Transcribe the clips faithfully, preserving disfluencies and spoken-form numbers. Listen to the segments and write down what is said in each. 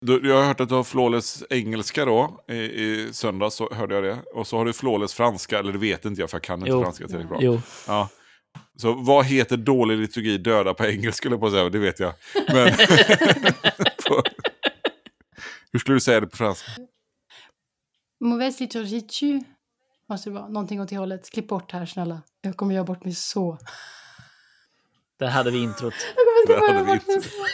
Du, jag har hört att du har flawless engelska då. I, i söndags så hörde jag det. Och så har du flawless franska, eller det vet inte jag för jag kan inte jo. franska tillräckligt bra. Jo. Ja. Så vad heter dålig liturgi döda på engelska skulle jag på säga, det vet jag. Men på, hur skulle du säga det på franska? Mauvaise liturgie tu. Måste det vara någonting åt det hållet. Klipp bort här snälla. Jag kommer göra bort mig så. Där hade vi introt. Jag kommer göra bort mig så.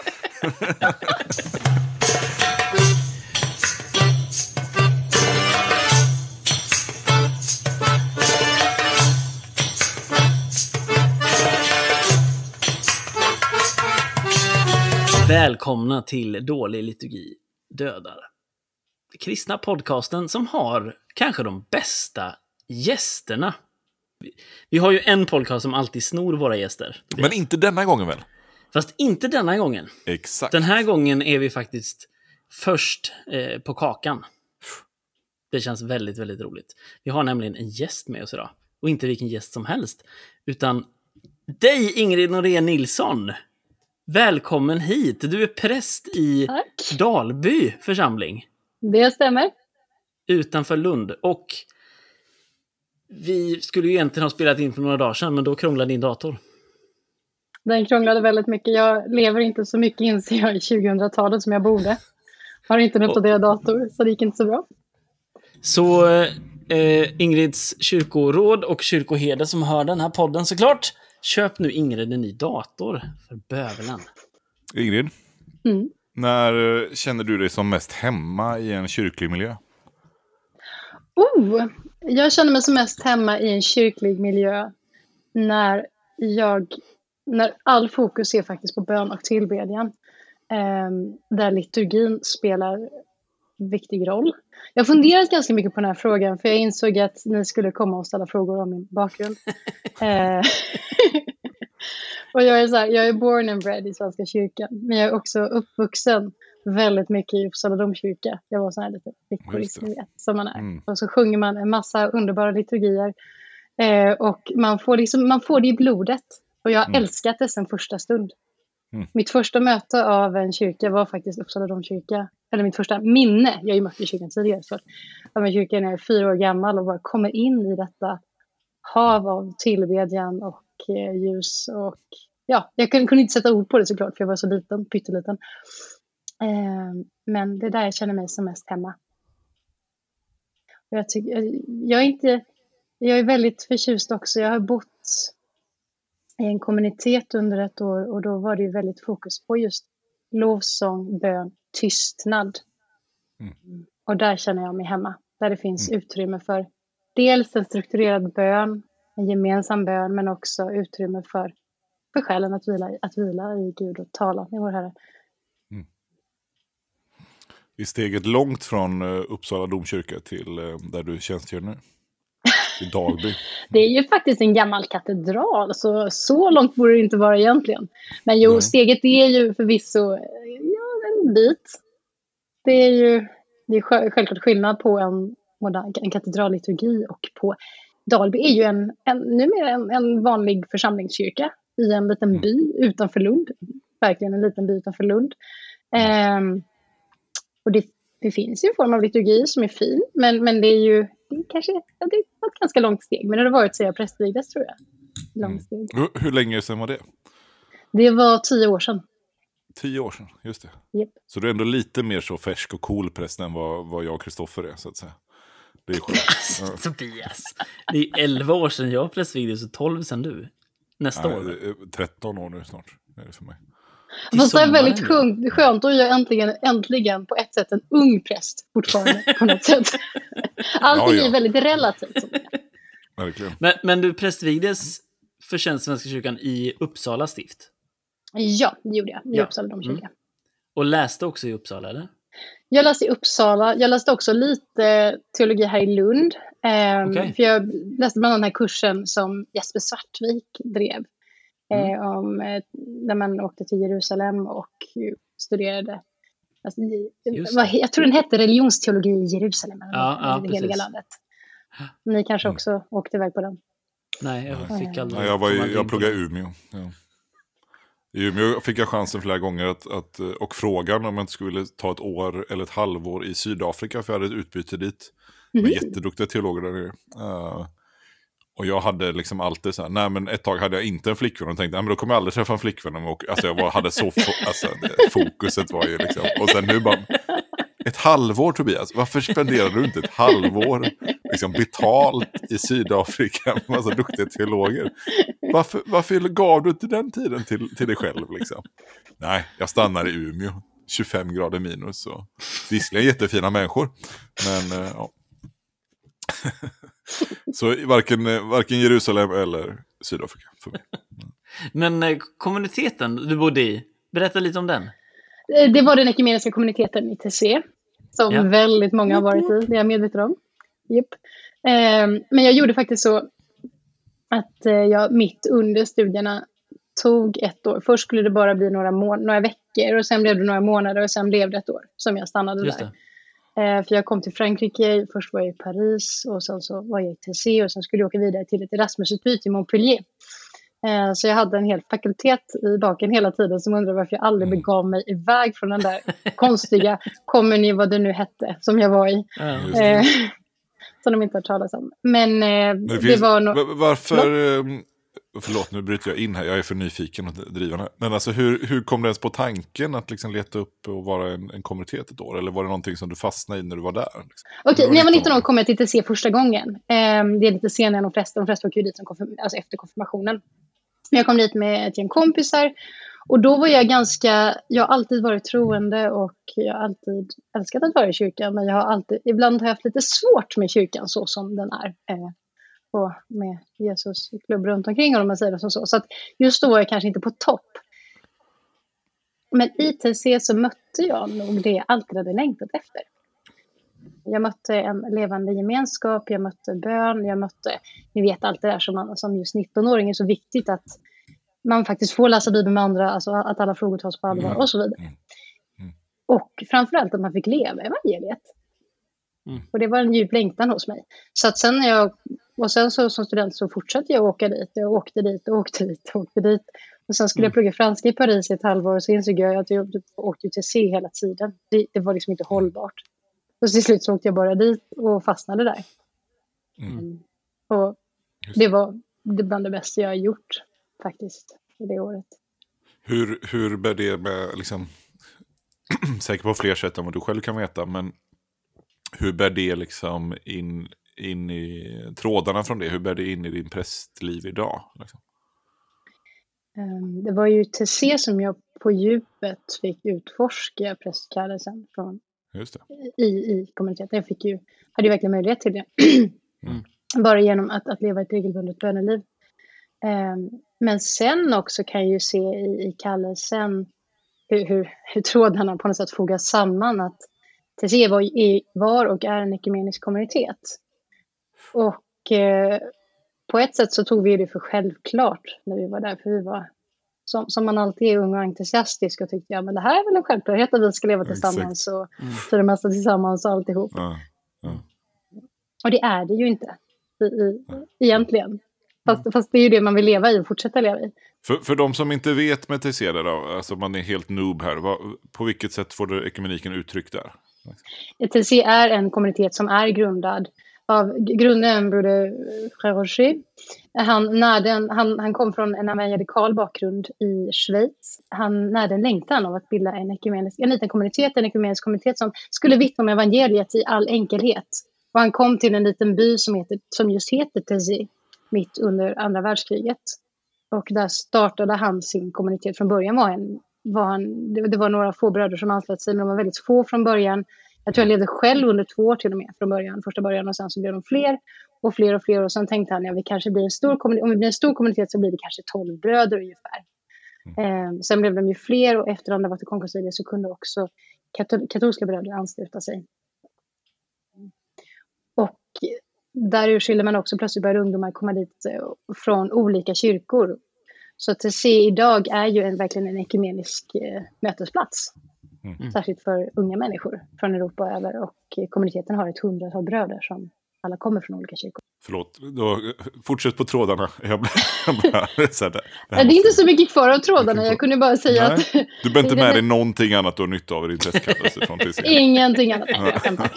Välkomna till Dålig liturgi dödar. Kristna podcasten som har kanske de bästa gästerna. Vi har ju en podcast som alltid snor våra gäster. Men inte denna gången väl? Fast inte denna gången. Exakt. Den här gången är vi faktiskt först eh, på kakan. Det känns väldigt, väldigt roligt. Vi har nämligen en gäst med oss idag. Och inte vilken gäst som helst. Utan dig, Ingrid Norén Nilsson. Välkommen hit. Du är präst i Tack. Dalby församling. Det stämmer. Utanför Lund. Och vi skulle ju egentligen ha spelat in för några dagar sedan, men då krånglade din dator. Den krånglade väldigt mycket. Jag lever inte så mycket inser jag i tjugohundratalet som jag borde. Har inte en uppdaterad dator, så det gick inte så bra. Så eh, Ingrids kyrkoråd och kyrkoherde som hör den här podden såklart. Köp nu Ingrid en ny dator för bövelen. Ingrid, Mm. när känner du dig som mest hemma i en kyrklig miljö? Oh, jag känner mig som mest hemma i en kyrklig miljö när jag när all fokus är faktiskt på bön och tillbedjan. Eh, där liturgin spelar viktig roll. Jag har funderat ganska mycket på den här frågan för jag insåg att ni skulle komma och ställa frågor om min bakgrund. eh, och jag är så här, jag är born and bred i Svenska kyrkan, men jag är också uppvuxen väldigt mycket i Uppsala domkyrka. Jag var så här lite flickorist, ni vet, som man är. Mm. Och så sjunger man en massa underbara liturgier. Eh, och man får, liksom, man får det i blodet. Och jag har Mm. älskat det sedan första stund. Mm. Mitt första möte av en kyrka var faktiskt Uppsala domkyrka. Eller mitt första minne, jag har ju mött i kyrkan tidigare. Så av en kyrka när jag är fyra år gammal och bara kommer in i detta hav av tillbedjan och eh, ljus. Och ja, jag kunde, kunde inte sätta ord på det såklart för jag var så liten, pytteliten. Eh, men det är där jag känner mig som mest hemma. Och jag, tycker, jag, jag, är inte, jag är väldigt förtjust också. Jag har bott i en kommunitet under ett år och då var det ju väldigt fokus på just lovsång, bön, tystnad. Mm. Och där känner jag mig hemma. Där det finns mm. utrymme för dels en strukturerad bön, en gemensam bön, men också utrymme för, för själen att vila, att vila i Gud och tala med vår Herre. Mm. Är steget långt från Uppsala domkyrka till där du tjänstgör nu? I Dalby. Det är ju faktiskt en gammal katedral, så så långt borde det inte vara egentligen. Men jo, Nej. steget är ju förvisso ja, en bit. Det är ju det är självklart skillnad på en, en katedralliturgi och på Dalby är ju en, en, numera en, en vanlig församlingskyrka i en liten mm. by utanför Lund. Verkligen en liten by utanför Lund. Um, och det, det finns ju en form av liturgi som är fin, men, men det är ju det är kanske ja, det är ett ganska långt steg. Men det har varit så jag prästvigdes, tror jag. Långt steg. Mm. Hur, hur länge sedan var det? Det var tio år sedan. Tio år sedan, just det. Yep. Så du är ändå lite mer så färsk och cool präst än vad, vad jag och Kristoffer är, så att säga. Det är skönt. Tobias. Det är elva år sedan jag prästvigdes och tolv sedan du. Nästa Nej, år. tretton år nu snart är det för mig. Fast det är väldigt skönt, skönt och jag är äntligen, äntligen på ett sätt en ung präst fortfarande på något sätt. Allting ja, ja. är väldigt relativt. Verkligen. Men, men du prästvigdes för tjänst Svenska kyrkan i Uppsala stift? Ja, det gjorde jag. I ja. Uppsala domkyrka. Mm. Och läste också i Uppsala, eller? Jag läste i Uppsala. Jag läste också lite teologi här i Lund. Um, okay. För jag läste bland annat den här kursen som Jesper Svartvik drev. Mm. Eh, om, eh, där man åkte till Jerusalem och studerade. Alltså, vad, jag tror den hette religionsteologi i Jerusalem. Ja, ja, det heliga landet. Ni kanske också mm. åkte iväg på den. Nej, jag fick aldrig. Ja, jag, var i, jag pluggade i Umeå. Ja. I Umeå fick jag chansen flera gånger att, att, och frågan om jag inte skulle ta ett år eller ett halvår i Sydafrika, för jag hade ett utbyte dit med Mhm. jätteduktiga teologer där nere. Uh, och jag hade liksom alltid så här, nej men ett tag hade jag inte en flickvän och tänkte, nej men då kommer jag aldrig träffa en flickvän. Och, alltså jag var, hade så, fo- alltså det, fokuset var ju liksom, och sen nu bara, ett halvår Tobias, varför spenderar du inte ett halvår liksom betalt i Sydafrika med massa duktiga teologer? Varför, varför gav du inte den tiden till, till dig själv liksom? Nej, jag stannar i Umeå, tjugofem grader minus. Och visserligen jättefina människor, men uh, ja. Så varken, varken Jerusalem eller Sydafrika för mig. Men eh, kommuniteten du bodde i, berätta lite om den. Eh, Det var den ekumeniska kommuniteten i T C. Som Ja. väldigt många har varit i, det är jag medveten om. Yep. Eh, men jag gjorde faktiskt så att eh, jag mitt under studierna tog ett år. Först skulle det bara bli några, må- några veckor och sen blev det några månader och sen blev det ett år som jag stannade Just där. det. Eh, för jag kom till Frankrike, först var jag i Paris och sen så var jag i T C och sen skulle jag åka vidare till ett Erasmusutbyte i Montpellier. Eh, så jag hade en hel fakultet i baken hela tiden som undrade varför jag aldrig begav mig iväg från den där konstiga kommuni, vad det nu hette, som jag var i. Ja. Just det. Eh, som de inte har talat om. Men, eh, Men det, det finns, var no- va- varför, eh, förlåt nu bryter jag in här, jag är för nyfiken och drivande. Men alltså hur, hur kom det ens på tanken att liksom leta upp och vara en, en konvertit ett år? Eller var det någonting som du fastnade i när du var där? Liksom? Okej, Du när jag var nitton nitton år kom jag till T C första gången. Eh, det är lite senare än de flesta. De flesta åker ju dit som konfirm- alltså efter konfirmationen. Men jag kom dit med ett gäng kompisar. Och då var jag ganska, jag har alltid varit troende och jag har alltid älskat att vara i kyrkan. Men jag har alltid, ibland har jag haft lite svårt med kyrkan så som den är. Eh, och med Jesus klubb runt omkring och de säger det som så. Så att just då var jag kanske inte på topp. Men i T C så mötte jag nog det jag alltid hade längtat efter. Jag mötte en levande gemenskap, jag mötte bön, jag mötte, ni vet allt det där som, man, som just nitton-åring är så viktigt att man faktiskt får läsa Bibeln med andra, alltså att alla frågor tas på allvar och så vidare. Mm. Mm. Och framförallt att man fick leva evangeliet. Mm. Och det var en djup längtan hos mig. Så att sen när jag, och sen så som student så fortsatte jag åka dit, jag åkte dit och åkte dit och åkte dit. Och sen skulle jag plugga franska i Paris i ett halvår och så insåg jag att jag åkte till C hela tiden. Det, det var liksom inte hållbart. Och till slut så åkte jag bara dit och fastnade där. Mm. Mm. Och det var det bland det bästa jag har gjort faktiskt i det året. Hur, hur bär det med, liksom, säkert på fler sätt än vad du själv kan veta, men hur bär det liksom in, in i trådarna från det? Hur bär det in i din prästliv idag? Liksom? Um, det var ju T C som jag på djupet fick utforska prästkallelsen från Just det. i, i kommuniteten. Jag fick ju, hade ju verkligen möjlighet till det. Mm. Bara genom att, att leva ett regelbundet böneliv. Um, men sen också kan jag ju se i, i kallelsen hur, hur, hur trådarna på något sätt fogas samman. Att T C var, är, var och är en ekumenisk kommunitet. Och eh, på ett sätt så tog vi det för självklart när vi var där. För vi var, som, som man alltid är ung och entusiastisk och tyckte, ja men det här är väl en självklarhet att vi ska leva tillsammans och Mm. för det mesta tillsammans och alltihop. Ja, ja. Och det är det ju inte i, i, egentligen. Fast, fast det är ju det man vill leva i och fortsätta leva i. För, för de som inte vet med T C då, alltså man är helt noob här, vad, på vilket sätt får du ekumeniken uttryckt där? T C är en kommunitet som är grundad av grundaren broder Frère Rocher. Han, närde en, han, han kom från en evangelikal bakgrund i Schweiz. Han närde en längtan av att bilda en ekumenisk, en liten kommunitet, en ekumenisk kommunitet som skulle vittna om evangeliet i all enkelhet. Och han kom till en liten by som, heter, som just heter T C, mitt under andra världskriget. Och där startade han sin kommunitet. Från början var, en, var han, det, det var några få bröder som anslöt sig, men de var väldigt få från början. Jag tror jag levde själv under två år till och med från början, första början, och sen så blev de fler och fler och fler. Och sen tänkte han, ja, vi kanske blir en stor kommunitet, om vi blir en stor kommunitet så blir det kanske tolv bröder ungefär. Mm. Eh, sen blev de ju fler och efter andra Vatikankonciliet så kunde också katol- katolska bröder ansluta sig. Och där skiljer man också, plötsligt började ungdomar komma dit från olika kyrkor. Så T C idag är ju en, verkligen en ekumenisk eh, mötesplats. Mm. Särskilt för unga människor från Europa över. Och kommuniteten har ett hundratal bröder som alla kommer från olika kyrkor. Förlåt, då, fortsätt på trådarna. Jag bara, så här, det, det, det är inte så mycket kvar av trådarna, jag kunde bara säga nej, att... Du behöver inte med dig någonting annat du har nytta av i din testkallelse från T C. Ingenting annat, nej, jag skämtar.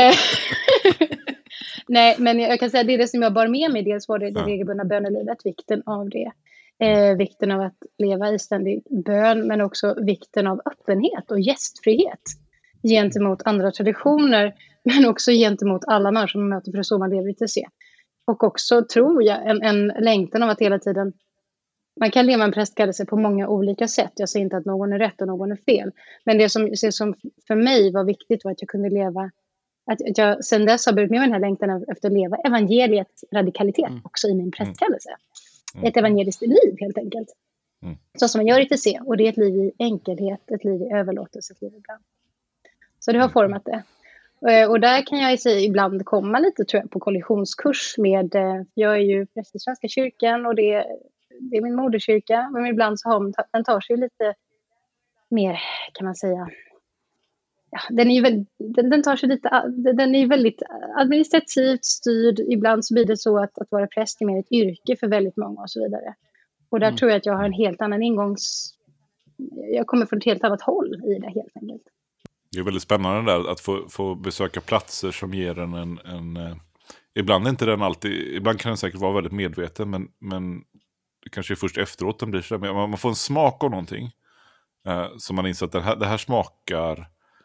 Nej, men jag kan säga att det är det som jag bar med mig. Dels var det det ja. regelbundna bönelivet, vikten av det. Eh, vikten av att leva i ständig bön, men också vikten av öppenhet och gästfrihet gentemot andra traditioner, men också gentemot alla människor som man möter, för det så man lever i T C. Och också, tror jag, en, en längtan av att hela tiden, man kan leva en prästkallelse på många olika sätt. Jag säger inte att någon är rätt och någon är fel, men det som, det som för mig var viktigt var att jag kunde leva, att jag sen dess har burit med mig den här längtan efter att leva evangeliets radikalitet mm. också i min prästkallelse. Mm. Ett evangeliskt liv helt enkelt. Mm. Så som man gör i T C. Och det är ett liv i enkelhet, ett liv i överlåtelse, ett liv ibland. Så det har format det. Och där kan jag säga ibland komma lite, tror jag, på kollisionskurs med, jag är ju präst i Svenska kyrkan och det, det är min moderkyrka. Men ibland så har den tar sig lite mer, kan man säga, ja, den, är ju väldigt, den, den tar sig lite, den är väldigt administrativt styrd. Ibland så blir det så att, att vara präst är mer ett yrke för väldigt många och så vidare. Och där mm. tror jag att jag har en helt annan ingångs... Jag kommer från ett helt annat håll i det helt enkelt. Det är väldigt spännande där att få, få besöka platser som ger en en... en eh, ibland är inte den alltid... Ibland kan den säkert vara väldigt medveten, men, men det kanske är först efteråt den blir så där. Men man, man får en smak av någonting. Eh, som man inser att det här, det här smakar...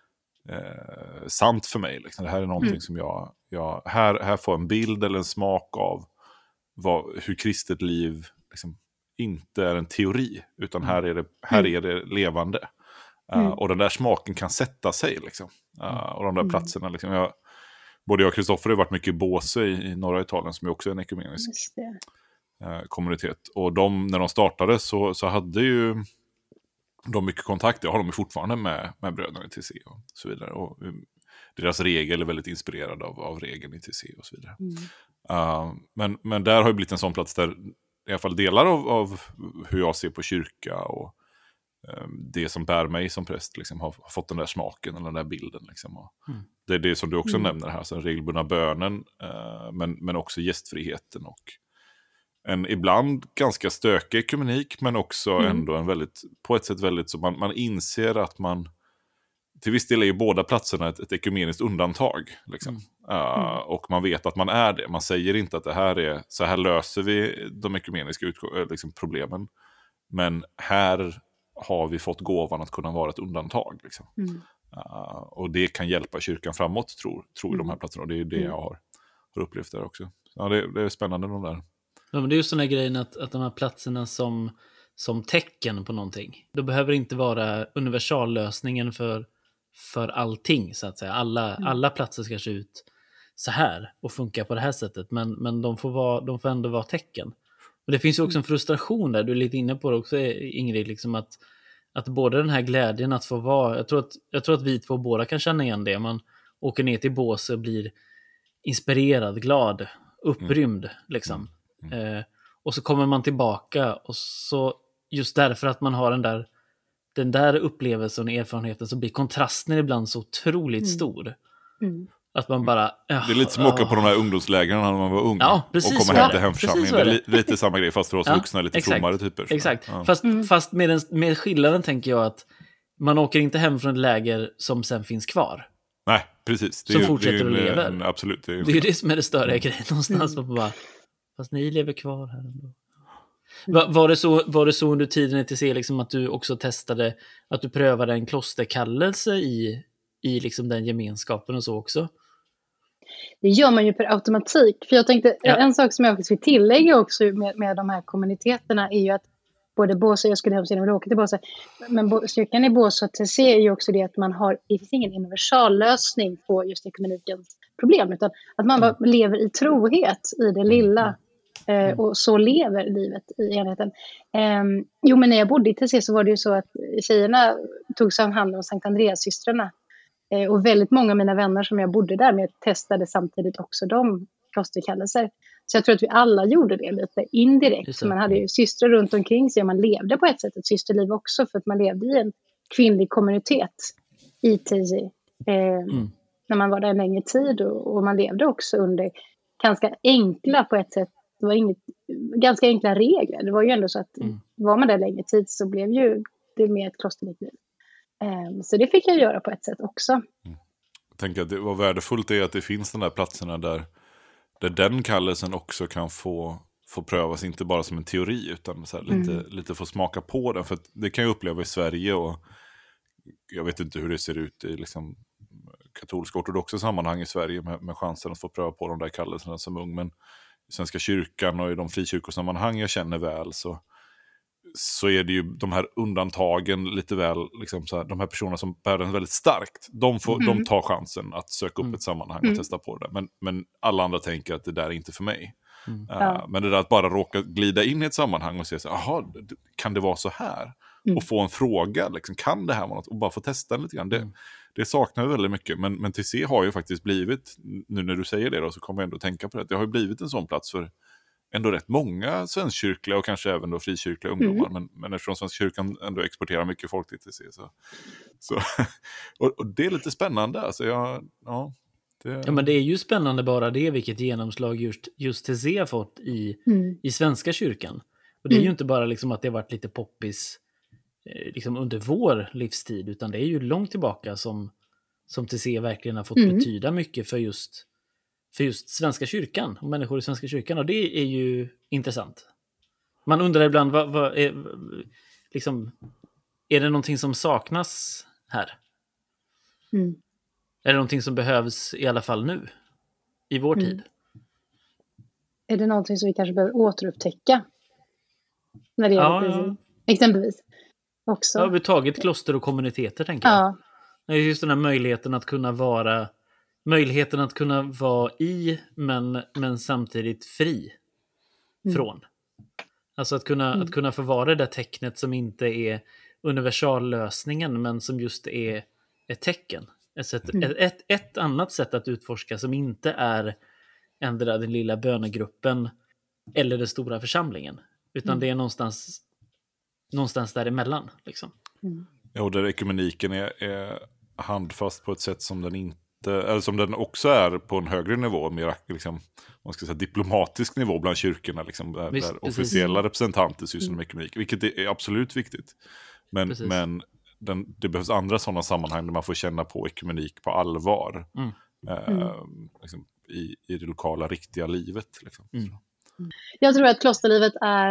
Eh, sant för mig liksom. Det här är någonting mm. som jag, jag här, här får en bild eller en smak av vad, hur kristet liv liksom inte är en teori, utan här är det, här är det levande. Mm. Uh, och den där smaken kan sätta sig liksom. Uh, och de där mm. platserna liksom. Jag, både jag och Kristoffer har varit mycket i Båse i, i norra Italien, som är också en ekumenisk uh, kommunitet. Och de, när de startade så, så hade ju de mycket kontakt, det har de fortfarande med, med bröderna i T C och så vidare. Och um, deras regel är väldigt inspirerad av, av regeln i T C och så vidare. Mm. Uh, men, men där har ju blivit en sån plats där i alla fall delar av, av hur jag ser på kyrka och um, det som bär mig som präst liksom, har, har fått den där smaken eller den där bilden. Liksom. Och mm. det är det som du också mm. nämner här, så den regelbundna bönen, uh, men, men också gästfriheten och en ibland ganska stökig ekumenik, men också mm. ändå en väldigt, på ett sätt väldigt, så man, man inser att man, till viss del är ju båda platserna ett, ett ekumeniskt undantag. Liksom. Mm. Uh, och man vet att man är det. Man säger inte att det här är, så här löser vi de ekumeniska utgå- liksom problemen. Men här har vi fått gåvan att kunna vara ett undantag. Liksom. Mm. Uh, och det kan hjälpa kyrkan framåt, tror, tror mm. de här platserna. Och det är det mm. jag har, har upplevt där också. Ja, det, det är spännande de där. Ja, men det är just den här grejen att, att de här platserna som, som tecken på någonting. Då behöver det inte vara universallösningen för, för allting, så att säga. Alla, mm. alla platser ska se ut så här och funka på det här sättet. Men, men de, får vara, de får ändå vara tecken. Och det finns ju också en frustration där. Du är lite inne på det också, Ingrid. Liksom att, att både den här glädjen att få vara... Jag tror att, jag tror att vi två båda kan känna igen det. Man åker ner till Båse och blir inspirerad, glad, upprymd. Mm. Liksom. Mm. Eh, och så kommer man tillbaka och så just därför att man har den där den där upplevelsen och erfarenheten, så blir kontrasten ibland så otroligt mm. stor. Mm. Att man bara... Det är lite som att åka på de här ungdomslägren när man var ung. Ja, precis, och komma hem till ja, hemförsamlingen. Det är li- lite samma grej, fast för oss ja, vuxna lite exakt, frommare typer. Så. Exakt, ja. fast, mm. fast med, den, med skillnaden tänker jag att man åker inte hem från ett läger som sen finns kvar. Nej, precis. Det som är, fortsätter det är, att leva. En, absolut. Det är, det är ju det som är det större grejen någonstans. Mm. Bara, fast ni lever kvar här ändå. Var, var, det så, var det så under tiden i T C liksom att du också testade, att du prövade en klosterkallelse i, i liksom den gemenskapen och så också? Det gör man ju per automatik. För jag tänkte, ja. en sak som jag också vill tillägga också med, med de här kommuniteterna är ju att både Båse, jag skulle hemskt gärna vilja åka till Båse, men kyrkan i Båse och T C är ju också det att man har, det finns ingen universallösning på just ekumenikens problem, utan att man bara lever i trohet i det lilla. Mm. Och så lever livet i enheten. Um, jo, men när jag bodde i T C så var det ju så att tjejerna tog sig hand om Sankt Andreas-systrarna. Uh, och väldigt många av mina vänner som jag bodde där med testade samtidigt också de klosterkallelser. Så jag tror att vi alla gjorde det lite indirekt. Så man hade ju systrar runt omkring sig och man levde på ett sätt ett systerliv också, för att man levde i en kvinnlig kommunitet i T C. Uh, mm. när man var där en längre tid och, och man levde också under ganska enkla på ett sätt. Det var inget, ganska enkla regler. Det var ju ändå så att mm. var man där längre tid så blev ju det mer ett klosterlikt liv. Um, så det fick jag göra på ett sätt också. Mm. Jag tänker att det var värdefullt är att det finns de där platserna där, där den kallelsen också kan få, få prövas, inte bara som en teori utan så här lite, mm. lite få smaka på den. För att det kan jag uppleva i Sverige och jag vet inte hur det ser ut i liksom katolska ortodoxa sammanhang i Sverige med, med chansen att få pröva på de där kallelserna som ung. Men i Svenska kyrkan och i de frikyrkosammanhang jag känner väl så, så är det ju de här undantagen lite väl, liksom så här, de här personerna som bär den väldigt starkt, de, får, mm. de tar chansen att söka upp mm. ett sammanhang och mm. testa på det. Men, men alla andra tänker att det där är inte för mig. Mm. Uh, ja. Men det där att bara råka glida in i ett sammanhang och säga så aha, kan det vara så här? Mm. Och få en fråga, liksom, kan det här vara något? Och bara få testa den lite grann. Det, mm. det saknar vi väldigt mycket. Men, men T C har ju faktiskt blivit, nu när du säger det då, så kommer jag ändå tänka på det. Det har ju blivit en sån plats för ändå rätt många svenskkyrkliga och kanske även då frikyrkliga ungdomar. Mm. Men, men eftersom Svenska kyrkan ändå exporterar mycket folk till T C. Så, så, och, och det är lite spännande. Alltså jag, ja, det... ja, men det är ju spännande bara det, vilket genomslag just, just T C har fått i, mm. i Svenska kyrkan. Och det är mm. ju inte bara liksom att det har varit lite poppis liksom under vår livstid, utan det är ju långt tillbaka som, som T C verkligen har fått mm. betyda mycket för just, för just Svenska kyrkan och människor i Svenska kyrkan, och det är ju intressant. Man undrar ibland vad, vad är, liksom, är det någonting som saknas här? Mm. Är det någonting som behövs i alla fall nu i vår mm. tid? Är det någonting som vi kanske behöver återupptäcka när det gäller ja, ja. exempelvis? Också. Ja, vi har tagit kloster och kommuniteter, tänker ja. jag. Just den här möjligheten att kunna vara möjligheten att kunna vara i men, men samtidigt fri mm. från. Alltså att kunna, mm. att kunna få vara det där tecknet som inte är universallösningen men som just är ett tecken. Ett, sätt, mm. ett, ett, ett annat sätt att utforska som inte är ändra den lilla bönegruppen eller den stora församlingen. Utan mm. det är någonstans någonstans däremellan. Liksom. Mm. Ja, och där ekumeniken är, är handfast på ett sätt som den inte, eller som den också är på en högre nivå, mer liksom, man ska säga, diplomatisk nivå bland kyrkorna, liksom, där, Visst, där officiella representanter sysslar med ekumenik, vilket är absolut viktigt. Men, men den, det behövs andra sådana sammanhang där man får känna på ekumenik på allvar. Mm. Eh, mm. liksom, i, i det lokala, riktiga livet. Liksom. Mm. Jag tror att klosterlivet är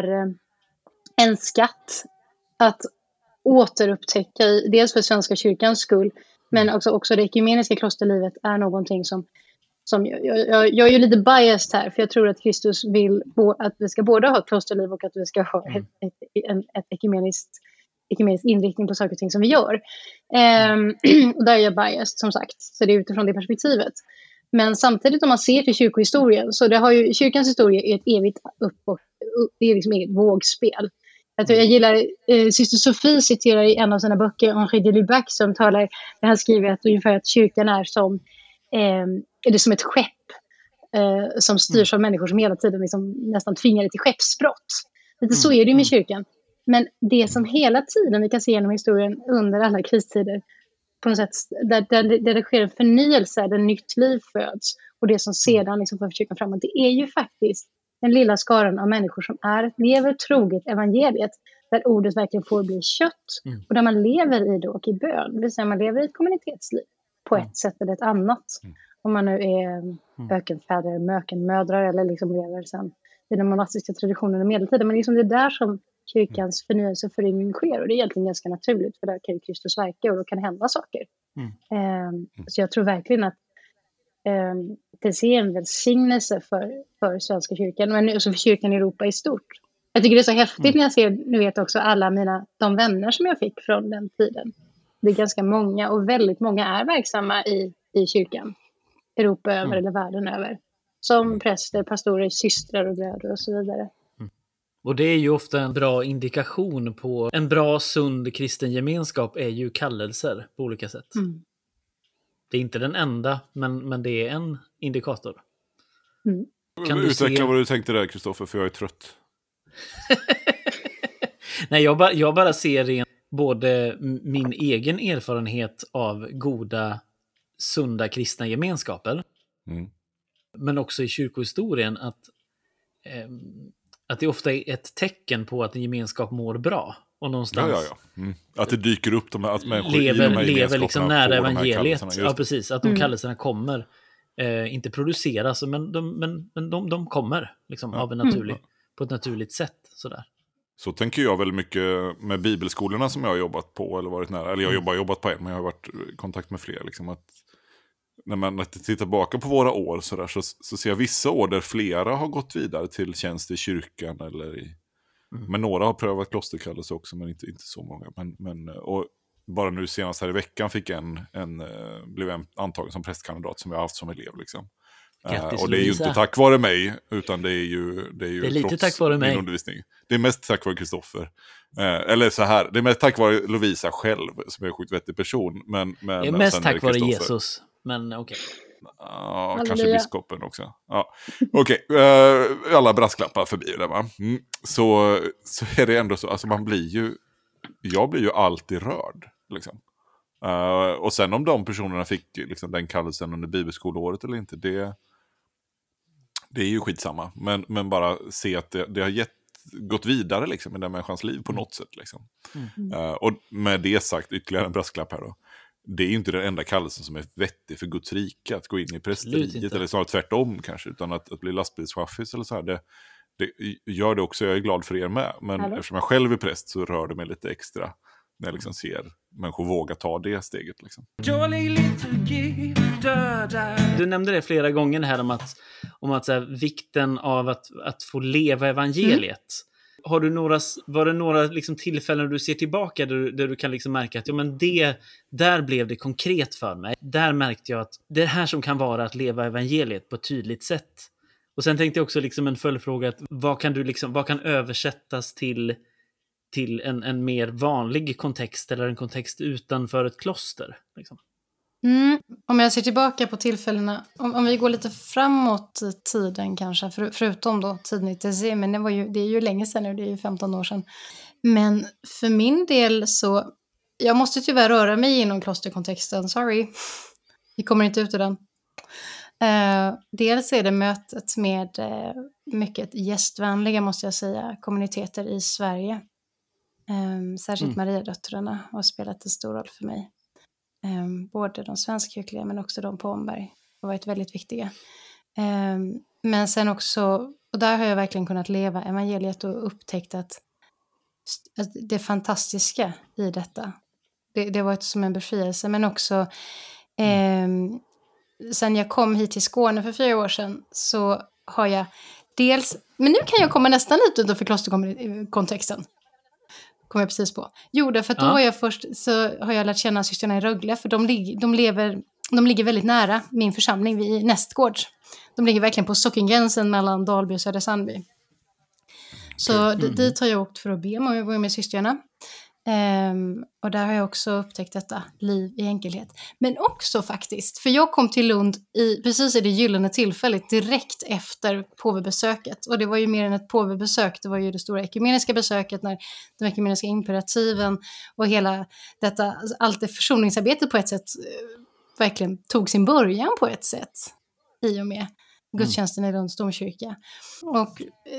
en skatt att återupptäcka, dels för Svenska kyrkans skull, men också, också det ekumeniska klosterlivet är någonting som, som jag, jag, jag är ju lite biased här, för jag tror att Kristus vill bo, att vi ska både ha ett klosterliv och att vi ska ha ett, ett, ett, ett ekumeniskt, ekumenisk inriktning på saker och ting som vi gör. Um, och där är jag biased, som sagt, så det är utifrån det perspektivet. Men samtidigt om man ser till kyrkohistorien, så det har ju, kyrkans historia är ett evigt upp och det är liksom ett vågspel. Jag, tror, jag gillar, eh, syster Sofie citerar i en av sina böcker, Henri de Lubac, som talar, där han skriver att ungefär att kyrkan är som, eh, är det som ett skepp eh, som styrs av människor som hela tiden liksom nästan tvingade till skeppsbrott. Lite så är det med kyrkan. Men det som hela tiden vi kan se genom historien under alla kristider, på något sätt, där, där, där det sker en förnyelse, där nytt liv föds, och det som sedan liksom för kyrkan framåt, det är ju faktiskt den lilla skaran av människor som är, lever troget evangeliet, där ordet verkligen får bli kött, mm. och där man lever i det och i bön. Det vill säga man lever i ett kommunitetsliv på ett mm. sätt eller ett annat. Mm. Om man nu är ökenfäder, mökenmödrar eller liksom lever sen i den monastiska traditionen i medeltiden. Men liksom det är där som kyrkans förnyelse och föryngring sker, och det är egentligen ganska naturligt, för där kan ju Kristus verka och då kan hända saker. Mm. Um, så jag tror verkligen att um, det ser en välsignelse för, för Svenska kyrkan, men också för kyrkan i Europa i stort. Jag tycker det är så häftigt mm. när jag ser, nu vet också alla mina, de vänner som jag fick från den tiden. Det är ganska många, och väldigt många är verksamma i, i kyrkan. Europa över mm. eller världen över. Som mm. präster, pastorer, systrar och bröder och så vidare. Och det är ju ofta en bra indikation på en bra, sund kristen gemenskap, är ju kallelser på olika sätt. Mm. Det är inte den enda, men, men det är en indikator. Mm. Kan du utveckla se... vad du tänkte där, Kristoffer, för jag är trött. Nej, jag bara, jag bara ser rent både min egen erfarenhet av goda sunda kristna gemenskaper. Mm. Men också i kyrkohistorien att, eh, att det ofta är ett tecken på att en gemenskap mår bra. Och någonstans Ja, ja, ja. Mm. Att det dyker upp, de här, att människor lever, i de här lever liksom gemenskaperna nära får de här evangeliet. kallelserna. Ja, Just det. precis. Att de Mm. kallelserna kommer. Eh, inte produceras, men de, men, men de, de kommer liksom, Ja. av en naturlig, Mm. på ett naturligt sätt. Sådär. Så tänker jag väldigt mycket med bibelskolorna som jag har jobbat på eller varit nära. Eller jag har Mm. bara jobbat på en, men jag har varit i kontakt med fler. Liksom, att när man tittar tillbaka på våra år så, där, så, så ser jag vissa år där flera har gått vidare till tjänst i kyrkan. Eller i, Mm. men några har prövat klosterkallelse också, men inte, inte så många. Men, men, och bara nu senast här i veckan fick en, en, blev en antagen som prästkandidat som jag har haft som elev. Liksom. Grattis, Uh, och det är ju Lovisa. inte tack vare mig, utan det är ju, det är ju Det är lite trots tack vare min mig. undervisning. Det är mest tack vare Kristoffer. Uh, eller så här, det är mest tack vare Lovisa själv, som är en sjukt vettig person. Men, men, Det är och mest sen tack vare Kristoffer. Jesus. Men okej. Ja, Halleluja. kanske biskopen också. Ja. Okej, uh, alla brasklappar förbi det, va? Mm. Så, så är det ändå så, alltså man blir ju, jag blir ju alltid rörd, liksom. Uh, och sen om de personerna fick liksom, den kallelsen under bibelskoleåret eller inte, det, det är ju skitsamma. Men, men bara se att det, det har gett, gått vidare liksom, i den människans liv på något sätt. Liksom. Mm. Uh, och med det sagt, ytterligare en brasklapp här då. Det är ju inte den enda kallelsen som är vettig för Guds rike, att gå in i prästeriet, eller snarare tvärtom kanske, utan att, att bli lastbilschaffis eller så här. Det, det gör det också, jag är glad för er med, men Hallå? eftersom jag själv är präst så rör det mig lite extra när jag liksom ser människor våga ta det steget. Liksom. Du nämnde det flera gånger här om att, om att så här, vikten av att, att få leva evangeliet. Mm. Har du några, var det några liksom tillfällen du ser tillbaka där du, där du kan liksom märka att ja, men det, där blev det konkret för mig. Där märkte jag att det är här som kan vara att leva evangeliet på ett tydligt sätt. Och sen tänkte jag också liksom en följdfråga, att vad kan du liksom, vad kan översättas till till en, en mer vanlig kontext eller en kontext utanför ett kloster? Liksom. Mm. Om jag ser tillbaka på tillfällena, om, om vi går lite framåt i tiden kanske, för, förutom då tiden i T C, men det, var ju, det är ju länge sedan nu, det är ju femton år sedan. Men för min del så, jag måste tyvärr röra mig inom klosterkontexten, sorry. Vi kommer inte ut ur den. Uh, dels är det mötet med uh, mycket gästvänliga, måste jag säga, kommuniteter i Sverige. Um, särskilt mm. Mariadöttrarna har spelat en stor roll för mig. Um, både de svenskkyrkliga men också de på Omberg har varit väldigt viktiga. Um, men sen också, och där har jag verkligen kunnat leva evangeliet och upptäckt att, att det fantastiska i detta. Det, det har varit som en befrielse, men också um, sen jag kom hit till Skåne för fyra år sedan så har jag dels, men nu kan jag komma nästan lite utanför klosterkontexten. Kom jag precis på. Jo, därför att då ja. har jag först så har jag lärt känna systrarna i Rögle, för de, lig, de, lever, de ligger väldigt nära min församling vid Nästgårds. De ligger verkligen på sockengränsen mellan Dalby och Södra Sandby. Så mm. d- dit har jag åkt för att be om jag var med systrarna. Um, och där har jag också upptäckt detta liv i enkelhet. Men också faktiskt, för jag kom till Lund i, precis i det gyllene tillfället direkt efter påvebesöket. Och det var ju mer än ett påvebesök, det var ju det stora ekumeniska besöket när de ekumeniska imperativen och hela detta, allt det försoningsarbetet på ett sätt verkligen tog sin början på ett sätt i och med gudstjänsten mm. i Lunds domkyrka. Och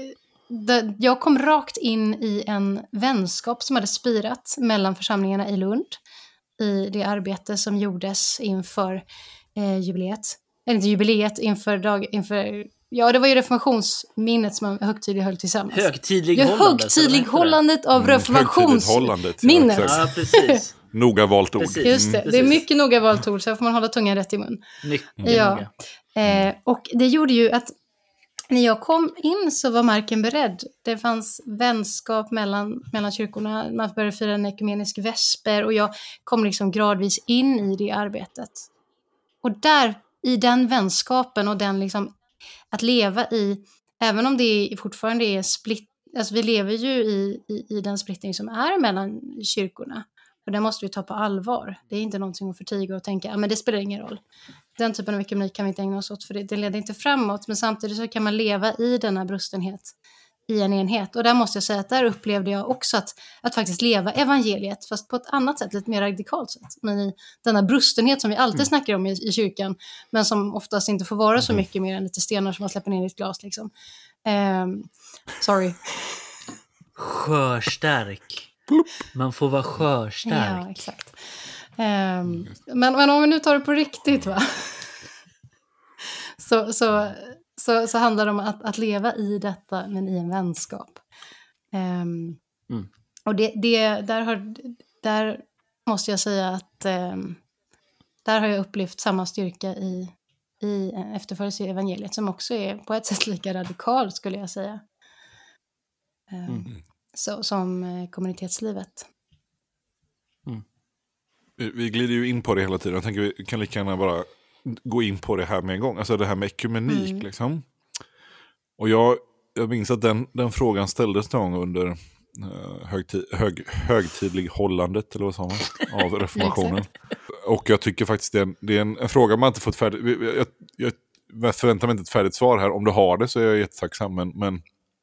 jag kom rakt in i en vänskap som hade spirat mellan församlingarna i Lund i det arbete som gjordes inför eh, jubileet. Eller inte jubileet, inför dag, inför, ja, det var ju reformationsminnet som man högtidligt höll tillsammans. Högtidlighållandet. Högtidlighållandet av mm, reformationsminnet. Ja, ja, precis. Noga valt ord. Precis. Just det, Mm. det är mycket noga valt ord, så får man hålla tungan rätt i mun. Mycket ja. noga. Eh, och det gjorde ju att när jag kom in så var marken beredd. Det fanns vänskap mellan, mellan kyrkorna. Man började fira en ekumenisk vesper. Och jag kom liksom gradvis in i det arbetet. Och där, i den vänskapen och den liksom, att leva i, även om det fortfarande är split, alltså vi lever ju i, i, i den splittring som är mellan kyrkorna. Och det måste vi ta på allvar. Det är inte någonting att förtiga och tänka, ja, men det spelar ingen roll. Den typen av ekumenik kan vi inte ägna oss åt, för det, det leder inte framåt. Men samtidigt så kan man leva i denna brustenhet i en enhet. Och där måste jag säga att där upplevde jag också att, att faktiskt leva evangeliet, fast på ett annat sätt, ett mer radikalt sätt. Men i denna brustenhet som vi alltid mm. snackar om i, i kyrkan, men som oftast inte får vara så mycket mer än lite stenar som man släpper ner i ett glas. Liksom. Um, sorry. Skörstark. Man får vara skörstark. Ja, exakt. Um, men, men om vi nu tar det på riktigt, va? så, så, så, så handlar det om att, att leva i detta, men i en vänskap. Um, mm. Och det, det, där, har, där måste jag säga att um, där har jag upplevt samma styrka i, i efterföljelse i evangeliet, som också är på ett sätt lika radikal, skulle jag säga. Um, mm. så, som uh, kommunitetslivet. Mm. Vi, vi glider ju in på det hela tiden. Jag tänker vi kan lika gärna bara gå in på det här med en gång. Alltså det här med ekumenik mm. liksom. Och jag, jag minns att den, den frågan ställdes någon gång under uh, högtid, hög, högtidlig hållandet eller vad sa man, av reformationen. Och jag tycker faktiskt det är en, det är en, en fråga man inte fått färdigt. Jag, jag, jag förväntar mig inte ett färdigt svar här. Om du har det så är jag jättetacksam. Men, men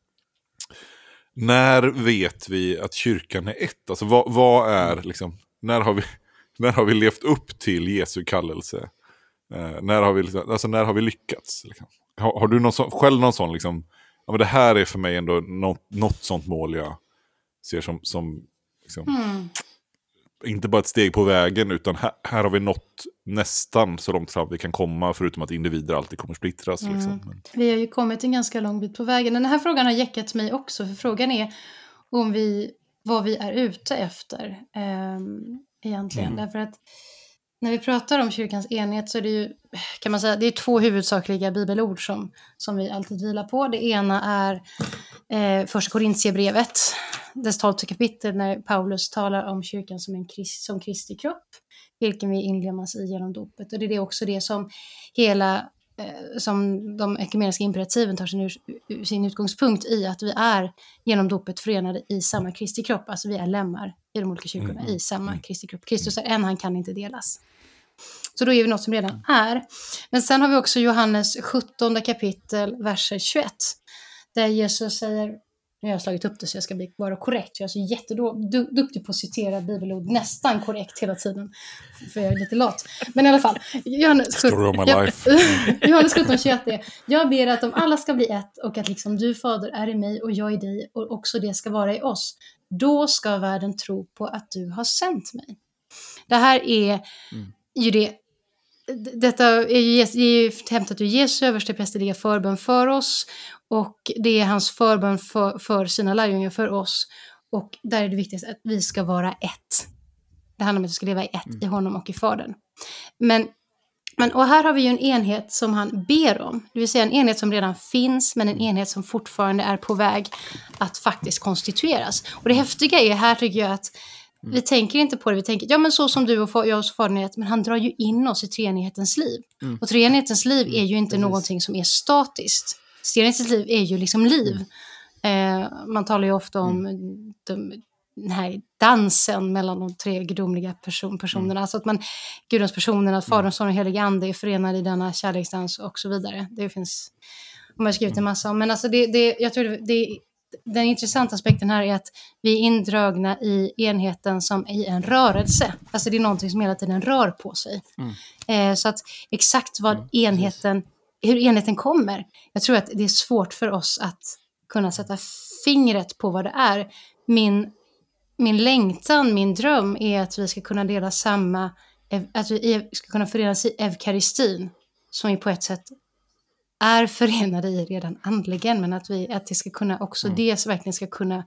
när vet vi att kyrkan är ett? Alltså vad, vad är liksom, när har vi, när har vi levt upp till Jesu kallelse? Eh, när har vi, alltså när har vi lyckats? Liksom? Har, har du någon sån, själv någon sån liksom, ja men det här är för mig ändå något, något sånt mål jag ser som, som liksom, mm. inte bara ett steg på vägen, utan här, här har vi nått nästan så långt fram vi kan komma, förutom att individer alltid kommer splittras. Mm. Liksom. Men... Vi har ju kommit en ganska lång bit på vägen. Den här frågan har jäckat mig också, för frågan är om vi, vad vi är ute efter eh, egentligen. Mm. Därför att när vi pratar om kyrkans enhet så är det ju, kan man säga, det är två huvudsakliga bibelord som, som vi alltid vilar på. Det ena är eh, första Korintierbrevet, dess tolfte kapitel, när Paulus talar om kyrkan som en krist, som Kristi kropp, vilken vi inlemmas i genom dopet. Och det är också det som hela eh, som de ekumeniska imperativen tar sin, ur, sin utgångspunkt i, att vi är genom dopet förenade i samma Kristi kropp. Alltså vi är lemmar i de olika kyrkorna mm. i samma Kristi kropp. Kristus är en, han kan inte delas. Så då är vi något som redan är. Men sen har vi också Johannes sjuttonde kapitel, verser tjugoett. Där Jesus säger, nu har jag slagit upp det så jag ska bli bara korrekt. Jag är så jätteduktig på att citera bibelord nästan korrekt hela tiden. För jag är lite lat. Men i alla fall. Johannes sjutton tjugoett är, jag ber att de alla ska bli ett, och att liksom du, Fader, är i mig och jag i dig, och också det ska vara i oss. Då ska världen tro på att du har sänt mig. Det här är mm. ju det. Detta är ju, är ju hämtat ur Jesu översteprästerliga förbön för oss, och det är hans förbön för, för sina lärjungar, för oss, och där är det viktigaste att vi ska vara ett. Det handlar om att vi ska leva i ett mm. i honom och i Fadern. Men, men, och här har vi ju en enhet som han ber om, det vill säga en enhet som redan finns, men en enhet som fortfarande är på väg att faktiskt konstitueras. Och det häftiga är här, tycker jag, att vi tänker inte på det, vi tänker, ja men så som du och jag och Fadern är, men han drar ju in oss i treenighetens liv. Mm. Och treenighetens liv är ju inte Precis. någonting som är statiskt. Treenighetens liv är ju liksom liv. Mm. Eh, man talar ju ofta om mm. de, den här dansen mellan de tre gudomliga person, personerna. Mm. Alltså att man, Gudens personer, att Fadern, Son och Helige Ande är förenade i denna kärleksdans och så vidare. Det finns, man har skrivit en massa om, men alltså det, det, jag tror det, det den intressanta aspekten här är att vi är indragna i enheten som i en rörelse. Alltså det är någonting som hela tiden rör på sig. Mm. Eh, så att exakt vad mm, enheten, hur enheten kommer. Jag tror att det är svårt för oss att kunna sätta fingret på vad det är. Min, min längtan, min dröm är att vi ska kunna dela samma, att vi ska kunna förenas i eukaristin, som är på ett sätt är förenade i redan andligen, men att, vi, att det ska kunna också mm. det verkligen ska kunna